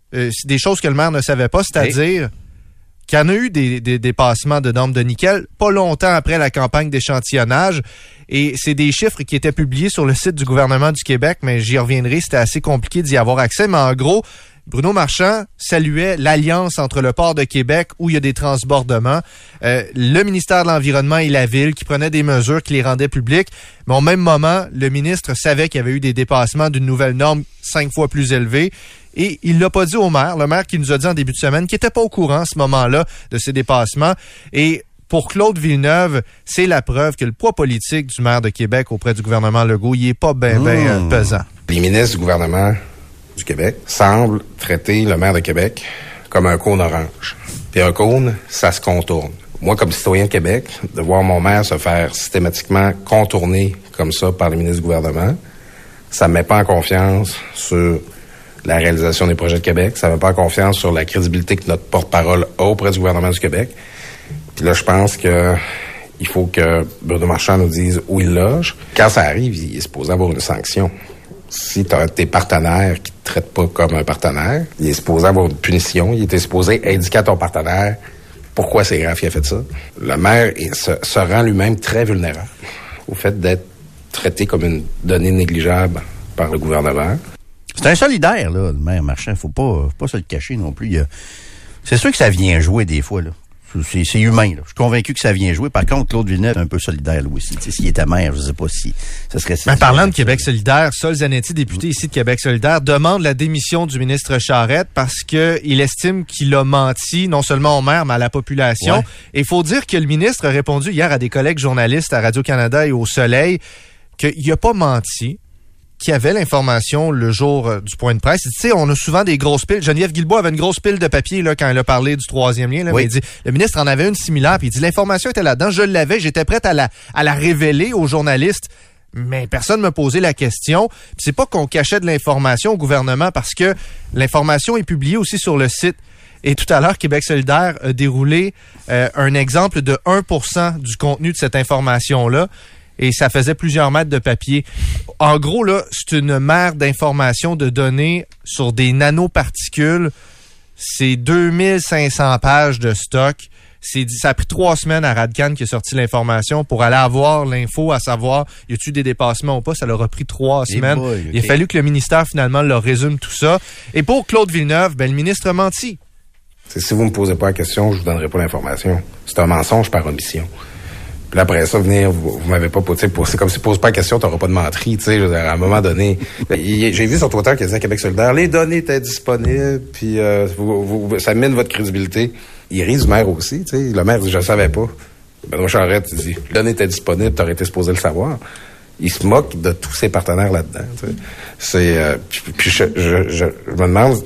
euh, des choses que le maire ne savait pas, c'est-à-dire oui. qu'il y en a eu des, des dépassements de normes de nickel pas longtemps après la campagne d'échantillonnage. Et c'est des chiffres qui étaient publiés sur le site du gouvernement du Québec, mais j'y reviendrai, c'était assez compliqué d'y avoir accès. Mais en gros, Bruno Marchand saluait l'alliance entre le port de Québec, où il y a des transbordements, euh, le ministère de l'Environnement et la Ville, qui prenaient des mesures qui les rendaient publiques. Mais au même moment, le ministre savait qu'il y avait eu des dépassements d'une nouvelle norme cinq fois plus élevée. Et il l'a pas dit au maire, le maire qui nous a dit en début de semaine qu'il n'était pas au courant à ce moment-là de ces dépassements. Et pour Claude Villeneuve, c'est la preuve que le poids politique du maire de Québec auprès du gouvernement Legault, il est pas bien, bien mmh. pesant. Les ministres du gouvernement du Québec semblent traiter le maire de Québec comme un cône orange. Puis un cône, ça se contourne. Moi, comme citoyen de Québec, de voir mon maire se faire systématiquement contourner comme ça par les ministres du gouvernement, ça me met pas en confiance sur la réalisation des projets de Québec, ça me met pas en confiance sur la crédibilité que notre porte-parole a auprès du gouvernement du Québec. Puis là, je pense que il faut que Bruno Marchand nous dise où il loge. Quand ça arrive, il est supposé avoir une sanction. Si tu as tes partenaires qui te traitent pas comme un partenaire, il est supposé avoir une punition. Il était supposé indiquer à ton partenaire pourquoi c'est grave qu'il a fait ça. Le maire il se, se rend lui-même très vulnérable au fait d'être traité comme une donnée négligeable par le gouvernement. C'est un solidaire, là, le maire Marchand. Faut pas, faut pas se le cacher non plus. Il y a... C'est sûr que ça vient jouer des fois, là. C'est, c'est humain, là. Je suis convaincu que ça vient jouer. Par contre, Claude Villeneuve est un peu solidaire, lui aussi. T'sais, s'il était maire, je sais pas si ça serait... Ben, parlant de Québec solidaire, Sol Zanetti, député ici de Québec solidaire, demande la démission du ministre Charette parce que il estime qu'il a menti, non seulement au maire, mais à la population. Et il faut dire que le ministre a répondu hier à des collègues journalistes à Radio-Canada et au Soleil qu'il a pas menti, qui avait l'information le jour euh, du point de presse. Tu sais, on a souvent des grosses piles. Geneviève Guilbeault avait une grosse pile de papier là quand elle a parlé du troisième lien. Là, oui. Mais il dit, le ministre en avait une similaire, puis il dit l'information était là-dedans, je l'avais, j'étais prête à la à la révéler aux journalistes. Mais personne ne me posait la question. Puis c'est pas qu'on cachait de l'information au gouvernement parce que l'information est publiée aussi sur le site. Et tout à l'heure, Québec solidaire a déroulé euh, un exemple de un pour cent du contenu de cette information-là. Et ça faisait plusieurs mètres de papier. En gros, là, c'est une mer d'informations, de données sur des nanoparticules. C'est deux mille cinq cents pages de stock. C'est, ça a pris trois semaines à Radcan qui a sorti l'information pour aller avoir l'info, à savoir y a-t-il des dépassements ou pas. Ça leur a pris trois semaines. Boy, okay. Il a fallu que le ministère, finalement, leur résume tout ça. Et pour Claude Villeneuve, ben, le ministre a menti. C'est, si vous me posez pas la question, je vous donnerai pas l'information. C'est un mensonge par omission. Puis après ça, venir, vous, vous m'avez pas posé, c'est comme si tu poses pas la question, t'auras pas de menterie, tu sais, à un moment donné. J'ai vu sur Twitter qu'il disait Québec solidaire, les données étaient disponibles, puis euh, vous, vous, ça mine votre crédibilité. Il rit du maire aussi, tu sais. Le maire dit, je le savais pas. Benoît Charette, il dit, les données étaient disponibles, t'aurais été supposé le savoir. Il se moque de tous ses partenaires là-dedans, tu sais. C'est, euh, puis, puis je, je, je, je me demande,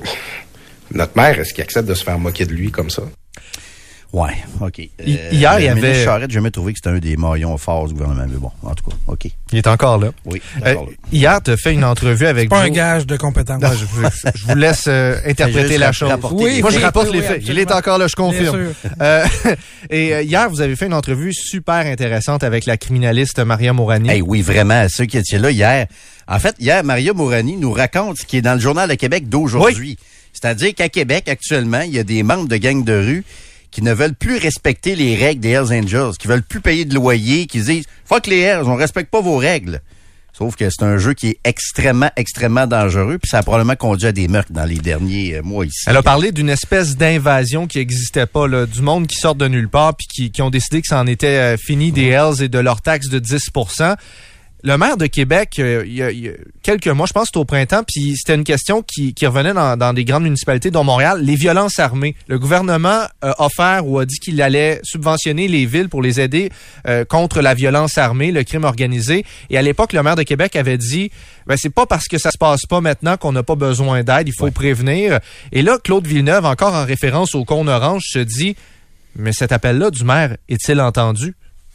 notre maire, est-ce qu'il accepte de se faire moquer de lui comme ça? Ouais, OK. Euh, Hier, il y avait... ministre Charette, j'ai jamais trouvé que c'était un des maillons forts du gouvernement. Mais bon, en tout cas, OK. Il est encore là. Oui, euh, là. Hier, tu as fait une entrevue avec... C'est pas Joe... un gage de compétence. Non, je, je vous laisse euh, interpréter la chose. Oui, Moi, oui, je rapporte oui, les oui, faits. absolument. Il est encore là, je confirme. Euh, et euh, hier, vous avez fait une entrevue super intéressante avec la criminaliste Maria Mourani. Hey, oui, vraiment. Ceux qui étaient là hier... En fait, hier, Maria Mourani nous raconte ce qui est dans le Journal de Québec d'aujourd'hui. Oui. C'est-à-dire qu'à Québec, actuellement, il y a des membres de gangs de rue qui ne veulent plus respecter les règles des Hells Angels, qui veulent plus payer de loyer, qui disent « Fuck les Hells, on respecte pas vos règles ». Sauf que c'est un jeu qui est extrêmement, extrêmement dangereux, puis ça a probablement conduit à des meurtres dans les derniers euh, mois ici. Elle a parlé d'une espèce d'invasion qui n'existait pas, là, du monde qui sort de nulle part, puis qui, qui ont décidé que ça en était euh, fini des Hells et de leur taxe de dix pour cent. Le maire de Québec, euh, il, y a, il y a quelques mois, je pense que c'était au printemps, puis c'était une question qui, qui revenait dans, dans des grandes municipalités, dont Montréal, les violences armées. Le gouvernement a offert ou a dit qu'il allait subventionner les villes pour les aider euh, contre la violence armée, le crime organisé. Et à l'époque, le maire de Québec avait dit, ben c'est pas parce que ça se passe pas maintenant qu'on n'a pas besoin d'aide, il faut ouais. prévenir. Et là, Claude Villeneuve, encore en référence au cône orange, se dit, mais cet appel-là du maire est-il entendu?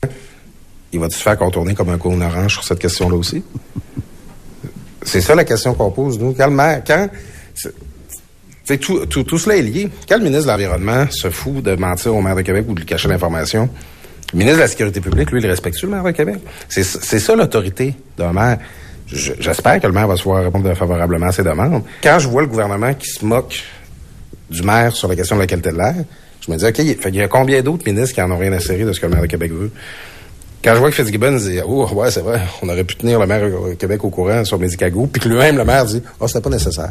Il va-tu se faire contourner comme un cône orange sur cette question-là aussi? C'est ça la question qu'on pose, nous. Quand le maire, quand... C'est, tout, tout, tout cela est lié. Quand le ministre de l'Environnement se fout de mentir au maire de Québec ou de lui cacher l'information, le ministre de la Sécurité publique, lui, il respecte-tu le maire de Québec? C'est, c'est ça l'autorité d'un maire. Je, j'espère que le maire va se voir répondre favorablement à ses demandes. Quand je vois le gouvernement qui se moque du maire sur la question de la qualité de l'air, je me disais, OK, il y a combien d'autres ministres qui en ont rien à cirer de ce que le maire de Québec veut? Quand je vois que Fitzgibbon dit, oh, ouais, c'est vrai, on aurait pu tenir le maire de Québec au courant sur Medicago, puis que lui-même, le maire, dit, oh, c'était pas nécessaire.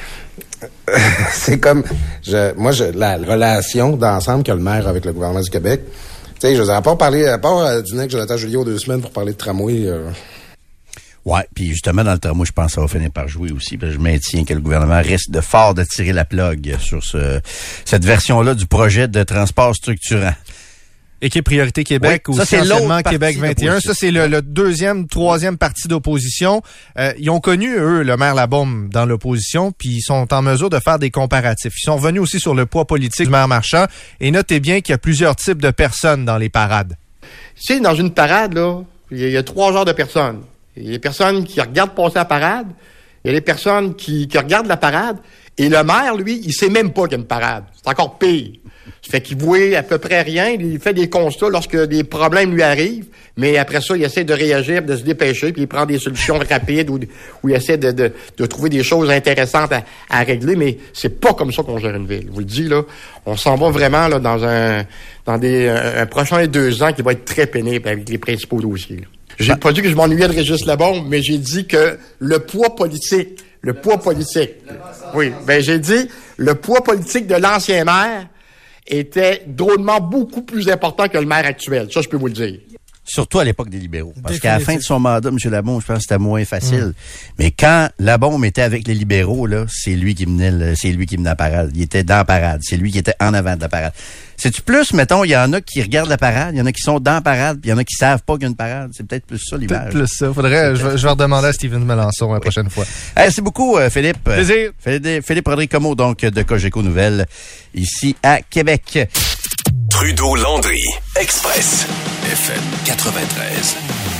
C'est comme, je, moi, je, la relation d'ensemble que le maire a avec le gouvernement du Québec, tu sais, je veux dire, à part parler, à part euh, dîner avec Jonathan Julliot deux semaines pour parler de tramway, euh, ouais, puis justement, dans le tramway, je pense que ça va finir par jouer aussi, parce que je maintiens que le gouvernement risque de fort de tirer la plug sur ce, cette version-là du projet de transport structurant. Équipe Priorité Québec oui, ou ça, c'est essentiellement l'autre Québec vingt et un. Ça, c'est le, le deuxième, troisième parti d'opposition. Euh, ils ont connu, eux, le maire Labaume dans l'opposition, puis ils sont en mesure de faire des comparatifs. Ils sont revenus aussi sur le poids politique du maire Marchand. Et notez bien qu'il y a plusieurs types de personnes dans les parades. Tu sais, dans une parade, là, il y, y a trois genres de personnes. Il y a les personnes qui regardent passer la parade, il y a les personnes qui, qui regardent la parade, et le maire, lui, il sait même pas qu'il y a une parade. C'est encore pire. Ça fait qu'il voit à peu près rien, il fait des constats lorsque des problèmes lui arrivent, mais après ça, il essaie de réagir, de se dépêcher, puis il prend des solutions rapides ou, ou il essaie de, de, de trouver des choses intéressantes à, à régler, mais c'est pas comme ça qu'on gère une ville. Je vous le dis, là, on s'en va vraiment là dans un dans des un, un prochain deux ans qui va être très pénible avec les principaux dossiers. Là. J'ai pas dit que je m'ennuyais de Régis Labaume, mais j'ai dit que le poids politique, le poids politique, oui, ben j'ai dit le poids politique de l'ancien maire était drôlement beaucoup plus important que le maire actuel. Ça, je peux vous le dire. Surtout à l'époque des libéraux. Parce qu'à la fin de son mandat, M. Labaume, je pense que c'était moins facile. Mmh. Mais quand Labaume était avec les libéraux, là, c'est lui qui menait le, c'est lui qui menait la parade. Il était dans la parade. C'est lui qui était en avant de la parade. C'est-tu plus, mettons, il y en a qui regardent la parade, il y en a qui sont dans la parade, puis il y en a qui savent pas qu'il y a une parade. C'est peut-être plus ça, l'image. Peut-être plus ça. Faudrait, je, je vais redemander à Steven Melançon la oui. prochaine fois. Merci beaucoup, euh, Philippe. Plaisir. Philippe, Philippe Rodrigue Comeau, donc, de Cogeco Nouvelles, ici à Québec. Trudeau-Landry, Express, F M quatre-vingt-treize.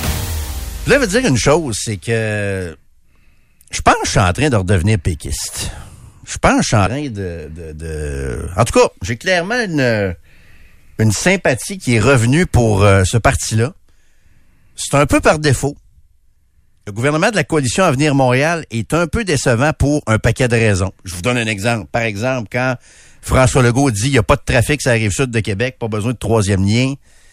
Je voulais vous dire une chose, c'est que je pense que je suis en train de redevenir péquiste. Je pense que je suis en train de... de, de... En tout cas, j'ai clairement une, une sympathie qui est revenue pour euh, ce parti-là. C'est un peu par défaut. Le gouvernement de la Coalition Avenir Montréal est un peu décevant pour un paquet de raisons. Je vous donne un exemple. Par exemple, quand François Legault dit qu'il n'y a pas de trafic sur la Rive-Sud de Québec, pas besoin de troisième lien,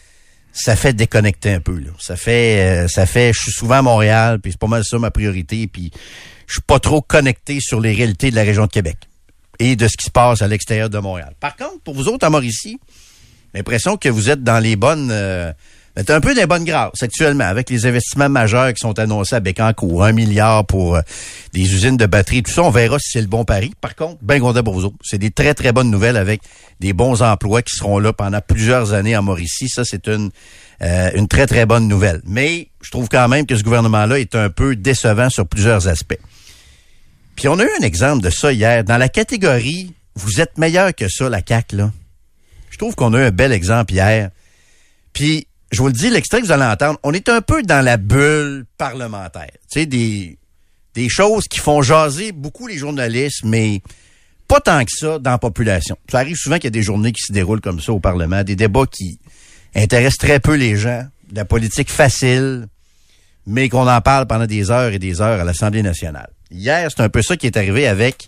ça fait déconnecter un peu. Là. Ça fait, euh, ça fait, je suis souvent à Montréal, puis c'est pas mal ça ma priorité, puis je suis pas trop connecté sur les réalités de la région de Québec et de ce qui se passe à l'extérieur de Montréal. Par contre, pour vous autres à Mauricie, l'impression que vous êtes dans les bonnes... Euh, vous êtes un peu dans les bonnes grâces actuellement, avec les investissements majeurs qui sont annoncés à Bécancour, un milliard pour euh, des usines de batterie, tout ça, on verra si c'est le bon pari. Par contre, ben Gonda-Bourgeot, c'est des très, très bonnes nouvelles avec des bons emplois qui seront là pendant plusieurs années en Mauricie. Ça, c'est une euh, une très, très bonne nouvelle. Mais je trouve quand même que ce gouvernement-là est un peu décevant sur plusieurs aspects. Puis on a eu un exemple de ça hier. Dans la catégorie « Vous êtes meilleur que ça, la C A Q », là. Je trouve qu'on a eu un bel exemple hier. Puis, je vous le dis, l'extrait que vous allez entendre, on est un peu dans la bulle parlementaire. Tu sais, des, des choses qui font jaser beaucoup les journalistes, mais pas tant que ça dans la population. Ça arrive souvent qu'il y a des journées qui se déroulent comme ça au Parlement, des débats qui intéressent très peu les gens, de la politique facile, mais qu'on en parle pendant des heures et des heures à l'Assemblée nationale. Hier, c'est un peu ça qui est arrivé avec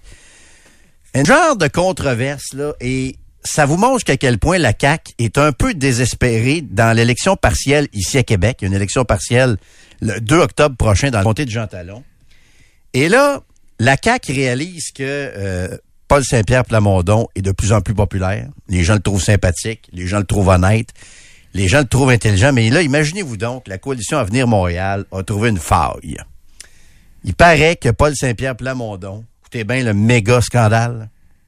un genre de controverse, là, et ça vous montre jusqu'à quel point la C A Q est un peu désespérée dans l'élection partielle ici à Québec. Il y a une élection partielle le deux octobre prochain dans le comté de Jean Talon. Et là, la C A Q réalise que euh, Paul Saint-Pierre Plamondon est de plus en plus populaire. Les gens le trouvent sympathique, les gens le trouvent honnête, les gens le trouvent intelligent. Mais là, imaginez-vous donc, la Coalition Avenir Montréal a trouvé une faille. Il paraît que Paul Saint-Pierre Plamondon, écoutez bien le méga scandale,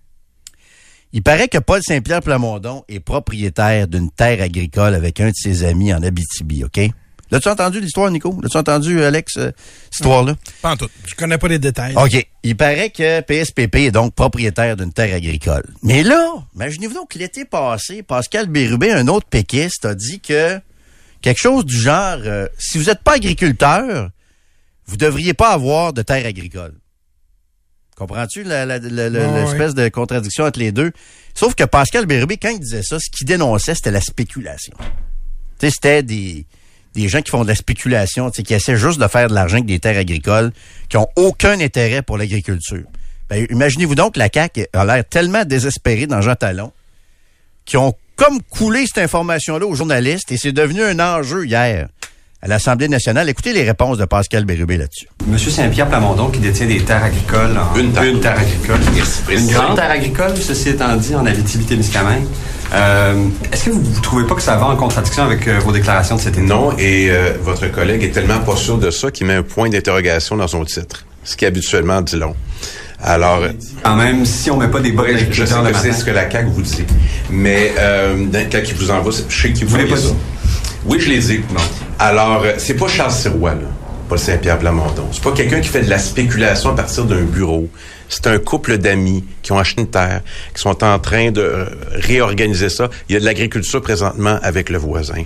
il paraît que Paul Saint-Pierre Plamondon est propriétaire d'une terre agricole avec un de ses amis en Abitibi, OK? L'as-tu entendu l'histoire, Nico? L'as-tu entendu, Alex, euh, cette histoire-là? Pas en tout. Je connais pas les détails. OK. Il paraît que P S P P est donc propriétaire d'une terre agricole. Mais là, imaginez-vous donc que l'été passé, Pascal Bérubé, un autre péquiste, a dit que quelque chose du genre, euh, si vous n'êtes pas agriculteur, vous devriez pas avoir de terre agricole. Comprends-tu la, la, la, la, oh, l'espèce oui. de contradiction entre les deux? Sauf que Pascal Bérubé, quand il disait ça, ce qu'il dénonçait, c'était la spéculation. Tu sais, c'était des, des gens qui font de la spéculation, tu sais, qui essaient juste de faire de l'argent avec des terres agricoles, qui ont aucun intérêt pour l'agriculture. Ben, imaginez-vous donc que la C A Q a l'air tellement désespérée dans Jean Talon qu'ils ont comme coulé cette information-là aux journalistes et c'est devenu un enjeu hier à l'Assemblée nationale. Écoutez les réponses de Pascal Bérubé là-dessus. Monsieur Saint-Pierre Plamondon, qui détient des terres agricoles en... Une terre. Une terre agricole. Une grande terre agricole, ceci étant dit, en Abitibi-Témiscamingue. Euh, est-ce que vous ne trouvez pas que ça va en contradiction avec euh, vos déclarations de cet été? Non, et euh, votre collègue est tellement pas sûr de ça qu'il met un point d'interrogation dans son titre, ce qui habituellement dit long. Alors, quand même, si on met pas des bonnes ouais, je sais que c'est ce que la C A Q vous dit, mais euh, quand il vous envoie, je sais qu'il vous l'avez pas dit. Oui, je l'ai dit. Non. Alors, c'est pas Charles Sirois, là, pas Saint-Pierre Plamondon. C'est pas quelqu'un qui fait de la spéculation à partir d'un bureau. C'est un couple d'amis qui ont acheté une terre, qui sont en train de euh, réorganiser ça. Il y a de l'agriculture présentement avec le voisin.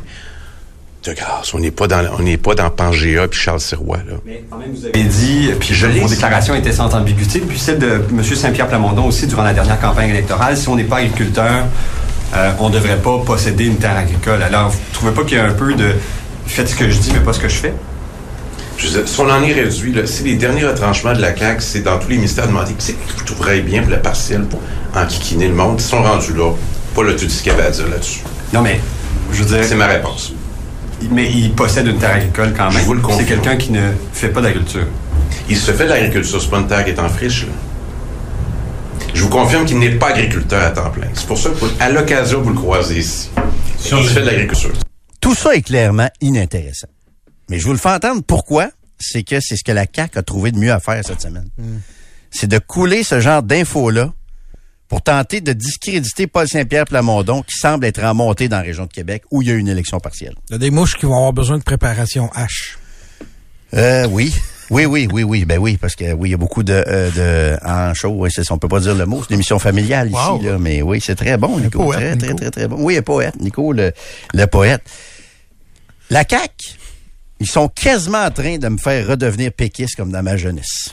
De grâce, on n'est pas dans on n'est pas dans Pangea puis Charles Sirois, là. Mais quand même, vous avez dit, puis je vos déclarations étaient sans ambiguïté, puis celle de M. Saint-Pierre Plamondon aussi durant la dernière campagne électorale, si on n'est pas agriculteur, euh, on ne devrait pas posséder une terre agricole. Alors, vous ne trouvez pas qu'il y a un peu de faites ce que je dis, mais pas ce que je fais? Je veux dire, si on en est réduit, là, si les derniers retranchements de la C A Q, c'est dans tous les ministères demandés, c'est que vous trouverez bien pour la partielle pour enquiquiner le monde. Ils sont rendus là. Pas le tout ce qu'il y avait à dire là-dessus. Non, mais, je veux dire... C'est ma réponse. Mais il possède une terre agricole quand même. Je vous le confirme. C'est quelqu'un qui ne fait pas d'agriculture. Il se fait de l'agriculture, c'est pas une terre qui est en friche, là. Je vous confirme qu'il n'est pas agriculteur à temps plein. C'est pour ça qu'à l'occasion, vous le croisez ici. Il se fait de l'agriculture. Tout ça est clairement inintéressant. Mais je vous le fais entendre pourquoi. C'est que c'est ce que la C A Q a trouvé de mieux à faire cette semaine. Mm. C'est de couler ce genre d'infos-là pour tenter de discréditer Paul Saint-Pierre Plamondon, qui semble être en montée dans la région de Québec, où il y a une élection partielle. Il y a des mouches qui vont avoir besoin de préparation H. Euh, oui. Oui, oui, oui, oui. Ben oui, parce que oui, il y a beaucoup de, euh, de en chaud. Oui, c'est, on peut pas dire le mot. C'est une émission familiale wow. ici, là. Mais oui, c'est très bon, Nico. Poète, très, Nico. très, très, très bon. Oui, il est poète, Nico, le, le poète. La C A Q, ils sont quasiment en train de me faire redevenir péquiste comme dans ma jeunesse.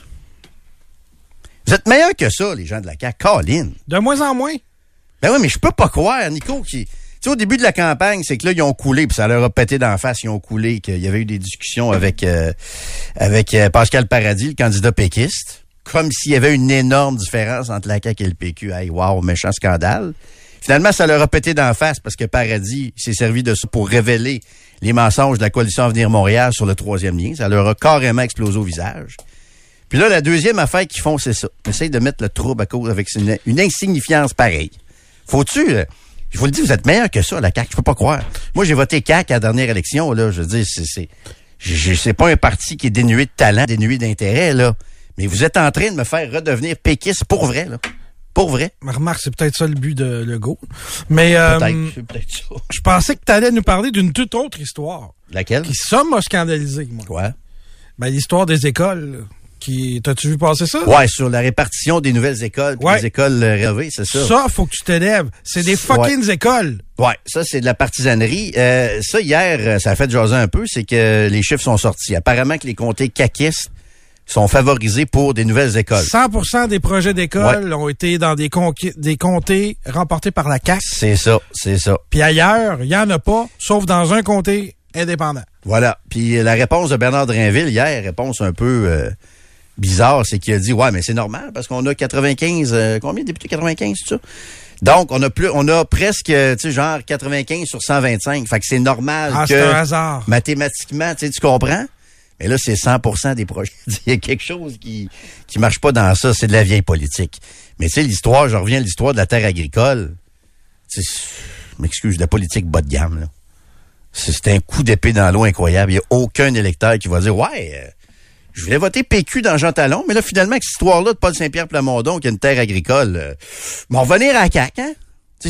Vous êtes meilleurs que ça, les gens de la C A Q. Colin. De moins en moins. Ben oui, mais je peux pas croire, Nico, qui... Tu sais, au début de la campagne, c'est que là, ils ont coulé, puis ça leur a pété d'en face, ils ont coulé, qu'il y avait eu des discussions avec euh, avec euh, Pascal Paradis, le candidat péquiste, comme s'il y avait une énorme différence entre la C A Q et le P Q. Hey, wow, méchant scandale. Finalement, ça leur a pété d'en face parce que Paradis s'est servi de ça pour révéler les mensonges de la coalition Avenir Montréal sur le troisième lien. Ça leur a carrément explosé au visage. Puis là, la deuxième affaire qu'ils font, c'est ça. Ils essayent de mettre le trouble à cause avec une, une insignifiance pareille. Faut-tu... Euh, je vous le dis, vous êtes meilleur que ça, la C A Q. Je peux pas croire. Moi, j'ai voté C A Q à la dernière élection, là. Je veux dire, c'est, c'est, je, c'est pas un parti qui est dénué de talent, dénué d'intérêt, là. Mais vous êtes en train de me faire redevenir péquiste pour vrai, là. Pour vrai. Ma remarque, c'est peut-être ça le but de Legault. Mais, euh, peut-être, c'est peut-être ça. Je pensais que tu allais nous parler d'une toute autre histoire. Laquelle? Qui, ça, m'a scandalisé, moi. Quoi? Ben, l'histoire des écoles, là. Qui, t'as-tu vu passer ça? Ouais, sur la répartition des nouvelles écoles, ouais. des écoles euh, rénovées, c'est ça. Ça, faut que tu t'élèves. C'est des fucking ouais. écoles. Ouais, ça, c'est de la partisanerie. Euh, ça, hier, ça a fait jaser un peu, c'est que les chiffres sont sortis. Apparemment que les comtés caquistes sont favorisés pour des nouvelles écoles. cent pour cent des projets d'école ouais. ont été dans des, conqui- des comtés remportés par la C A Q. C'est ça, c'est ça. Puis ailleurs, il y en a pas, sauf dans un comté indépendant. Voilà. Puis la réponse de Bernard Drainville hier, réponse un peu... Euh, bizarre, c'est qu'il a dit ouais, mais c'est normal parce qu'on a quatre-vingt-quinze euh, combien de députés quatre-vingt-quinze c'est ça. Donc on a plus on a presque tu sais genre quatre-vingt-quinze sur cent vingt-cinq. Fait que c'est normal ah, que c'est un hasard. Mathématiquement, tu sais tu comprends? Mais là c'est cent pour cent des projets. Il y a quelque chose qui qui marche pas dans ça, c'est de la vieille politique. Mais tu sais l'histoire, je reviens à l'histoire de la terre agricole. Tu sais, je m'excuse, de la politique bas de gamme là. C'est, c'est un coup d'épée dans l'eau incroyable, il y a aucun électeur qui va dire ouais, euh, je voulais voter P Q dans Jean Talon, mais là, finalement, avec cette histoire-là de Paul Saint-Pierre Plamondon, qui a une terre agricole, euh, bon, revenir à la C A Q, hein? T'sais,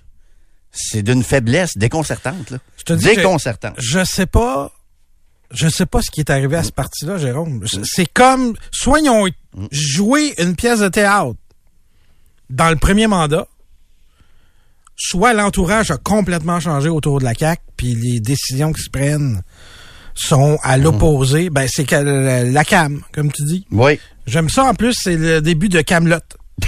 c'est d'une faiblesse déconcertante, là. Je te dis déconcertante. Je, je sais pas, je sais pas ce qui est arrivé à ce parti-là, Jérôme. C'est comme, soit ils ont joué une pièce de théâtre dans le premier mandat, soit l'entourage a complètement changé autour de la C A Q, puis les décisions qui se prennent sont à l'opposé. Mmh. Ben, c'est la, la C A M, comme tu dis. Oui. J'aime ça. En plus, c'est le début de Camelot.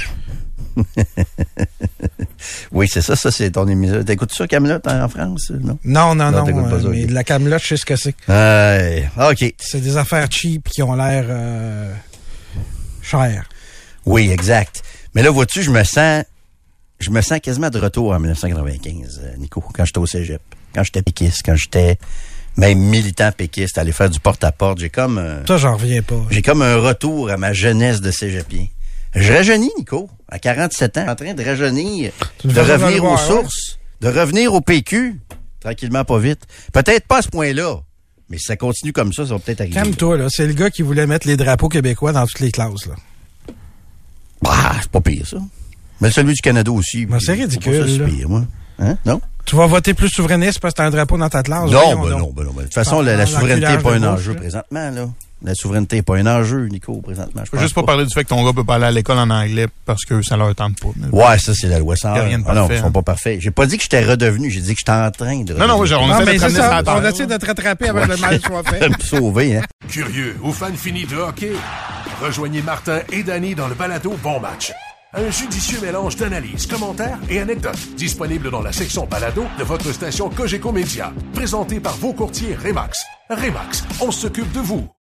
Oui, c'est ça. Ça, c'est ton émission. T'écoutes ça, Camelot, en France? Non, non, non. non, non euh, ça, mais okay. de la Camelot, je sais ce que c'est. Euh, OK. C'est des affaires cheap qui ont l'air euh, chères. Oui, exact. Mais là, vois-tu, je me sens, je me sens quasiment de retour en dix-neuf cent quatre-vingt-quinze, Nico, quand j'étais au cégep, quand j'étais péquiste, quand j'étais même militant péquiste, aller faire du porte-à-porte. J'ai comme... Euh, Ça, j'en reviens pas. J'ai comme un retour à ma jeunesse de cégepien. Je rajeunis, Nico, à quarante-sept ans, en train de rajeunir, de revenir aux sources, de revenir au P Q, tranquillement, pas vite. Peut-être pas à ce point-là, mais si ça continue comme ça, ça va peut-être arriver. Calme-toi, là. C'est le gars qui voulait mettre les drapeaux québécois dans toutes les classes, là. Bah, c'est pas pire, ça. Mais celui du Canada aussi. Ben, c'est ridicule. C'est pire, moi. Hein? Non? Tu vas voter plus souverainiste parce que t'as un drapeau dans ta classe? Non, ben non, ben non. De toute façon, la, la souveraineté n'est pas un enjeu présentement, là. La souveraineté n'est pas un enjeu, Nico, présentement. Je peux juste pas parler du fait que ton gars peut pas aller à l'école en anglais parce que ça leur tente pas. Ouais, ça, c'est la loi cent un. Rien de ah non, parfait, ils sont pas parfaits. J'ai pas dit que j'étais redevenu, j'ai dit que j'étais en train de Non, non, oui, on essaie de te ramener ça à terre. On essaie de te rattraper avant que le mal soit fait. Me sauver, hein. Curieux ou fan fini de hockey? Rejoignez Martin et Danny dans le balado Bon Match. Un judicieux mélange d'analyses, commentaires et anecdotes. Disponible dans la section balado de votre station Cogeco Média. Présenté par vos courtiers Remax. Remax, on s'occupe de vous.